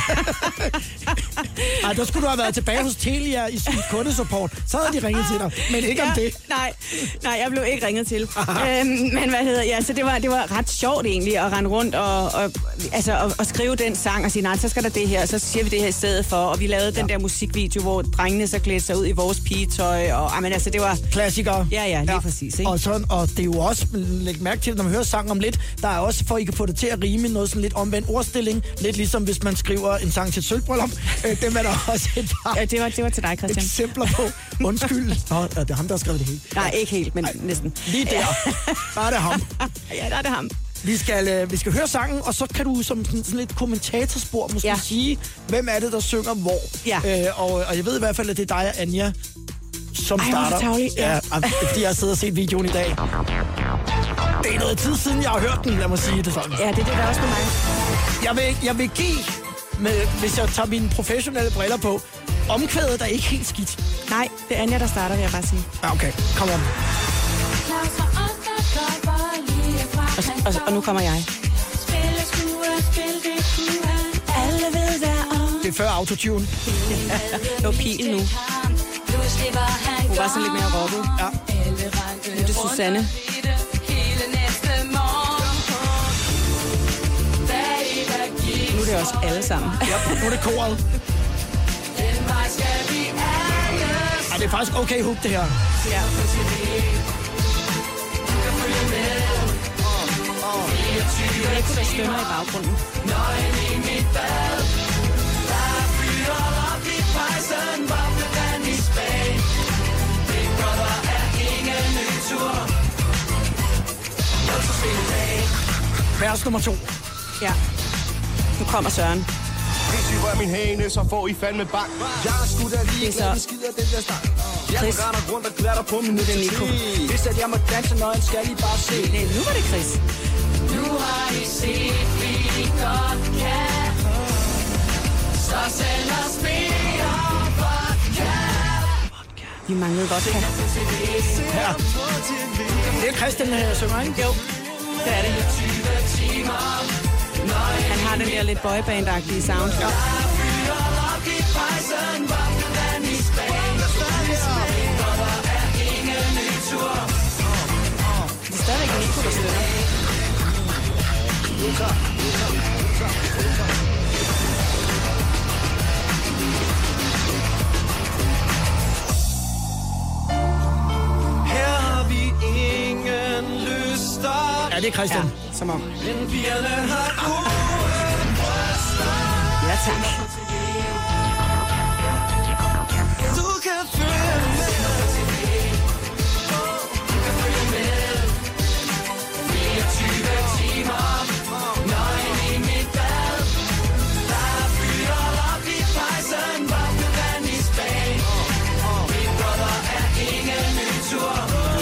der skulle du have været tilbage hos Telia i sin kundesupport. Så havde de ringet til dig, men ikke om det. Nej, jeg blev ikke ringet til. Men så det var ret sjovt egentlig at rende rundt og skrive den sang og sige, nej, så skal der det her, så siger vi det her i stedet for. Og vi lavede den der musikvideo, hvor drengene så klædte sig ud i vores pigetøj. Og det var... Klassikere. Ja, lige præcis. Ikke? Og det er jo også, læg mærke til, når man hører sang om lidt, der er også, for at I kan få det til at rime, noget sådan lidt omvendt ordstilling. Lidt ligesom hvis man skriver en sang til et sølvbryllup. Dem er der også et par det var til dig, Christian. Eksempler på. Undskyld. Nå, det er ham, der har skrevet det hele. Nej, ikke helt, men næsten. Lige der. Bare det ham. Ja, der er det ham. Vi skal høre sangen, og så kan du som sådan lidt kommentatorspor måske sige, hvem er det, der synger hvor. Ja. Og jeg ved i hvert fald, at det er dig og Anja, som starter. Ja, fordi jeg har siddet og set videoen i dag. Det er noget tid siden, jeg har hørt den, lad mig sige det sådan. Ja, det er det også med mig. Jeg vil give, hvis jeg tager mine professionelle briller på, omkvædet er ikke helt skidt. Nej, det er Anja, der starter, vil jeg bare sige. Ja, okay. Kom on. Og nu kommer jeg. Det er før autotune. Det var Pil nu. Hun var sådan lidt mere rocket. Ja. Nu er det Susanne. Nu er det også alle sammen. Ja, nu er det koret. Ja, det er faktisk okay hook, det her. Ja. Jeg kunne da stønner i baggrunden. Vers nummer 2. Ja. Nu kommer Søren. Hvis I rører min hane, så får I fandme bang. Jeg er sgu da lige glad, skider den der stang. Jeg render rundt og glatter på min identitet. Hvis at jeg må danse nøgen, skal I bare se. Nej, nu var det Chris. Nu har I set, vi godt kan. Så send os mere vodka. Vi manglede vodka. Ja. Det er Christian, der synger, ikke? Jo, det er det. Han har den der lidt boyband-agtige sound. Ja. Det er stadigvæk Nico, der støtter. Her har vi ingen lyster. Ja, det er Christian. Ja, som om. Men pigerne har gode bryster. Ja, tak. Du kan følge med. Du kan følge med. 24 timer. Nøgen i mit bad. Der er fyret op i pejsen. Boblevand i Spanien. Big Brother er ingen ny tur.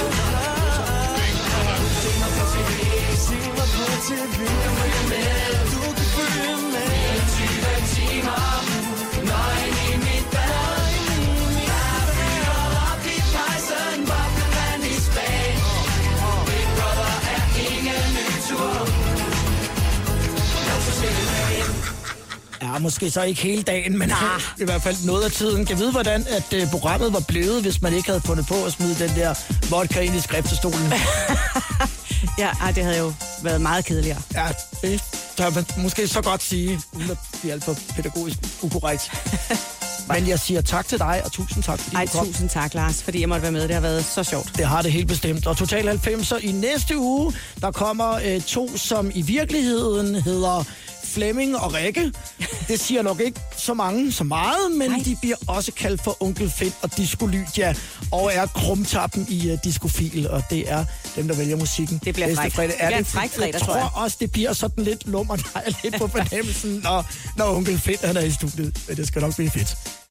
Se mig på TV. Se mig på TV. Du kan følge med. Du kan følge med. 24 timer. Nøgen i mit bad. Der er fyret op i pejsen. Boblevand i Spanien. Big Brother er ingen ny tur. Ja, måske så ikke hele dagen, men i hvert fald noget af tiden. Kan vide, hvordan at programmet var blevet, hvis man ikke havde fundet på at smide den der vodka ind i skriftestolen. Ja, det havde jo været meget kedeligere. Ja, det tør man måske så godt sige, uden at blive alt for pædagogisk ukorrekt. Men jeg siger tak til dig, og tusind tak, fordi du kom. Tusind tak, Lars, fordi jeg måtte være med. Det har været så sjovt. Det har det helt bestemt. Og Total 90'er i næste uge, der kommer to, som i virkeligheden hedder Flemming og Rikke. Det siger nok ikke så mange så meget, men de bliver også kaldt for Onkel Finn og Disco Lydia, og er krumtappen i Discofil, og det er dem, der vælger musikken. Det bliver frækt. Det bliver en fræk fredag, tror jeg. Jeg tror også, det bliver sådan lidt lummer, der er lidt på fornemmelsen, når Onkel Finn er i studiet. Det skal nok blive fedt.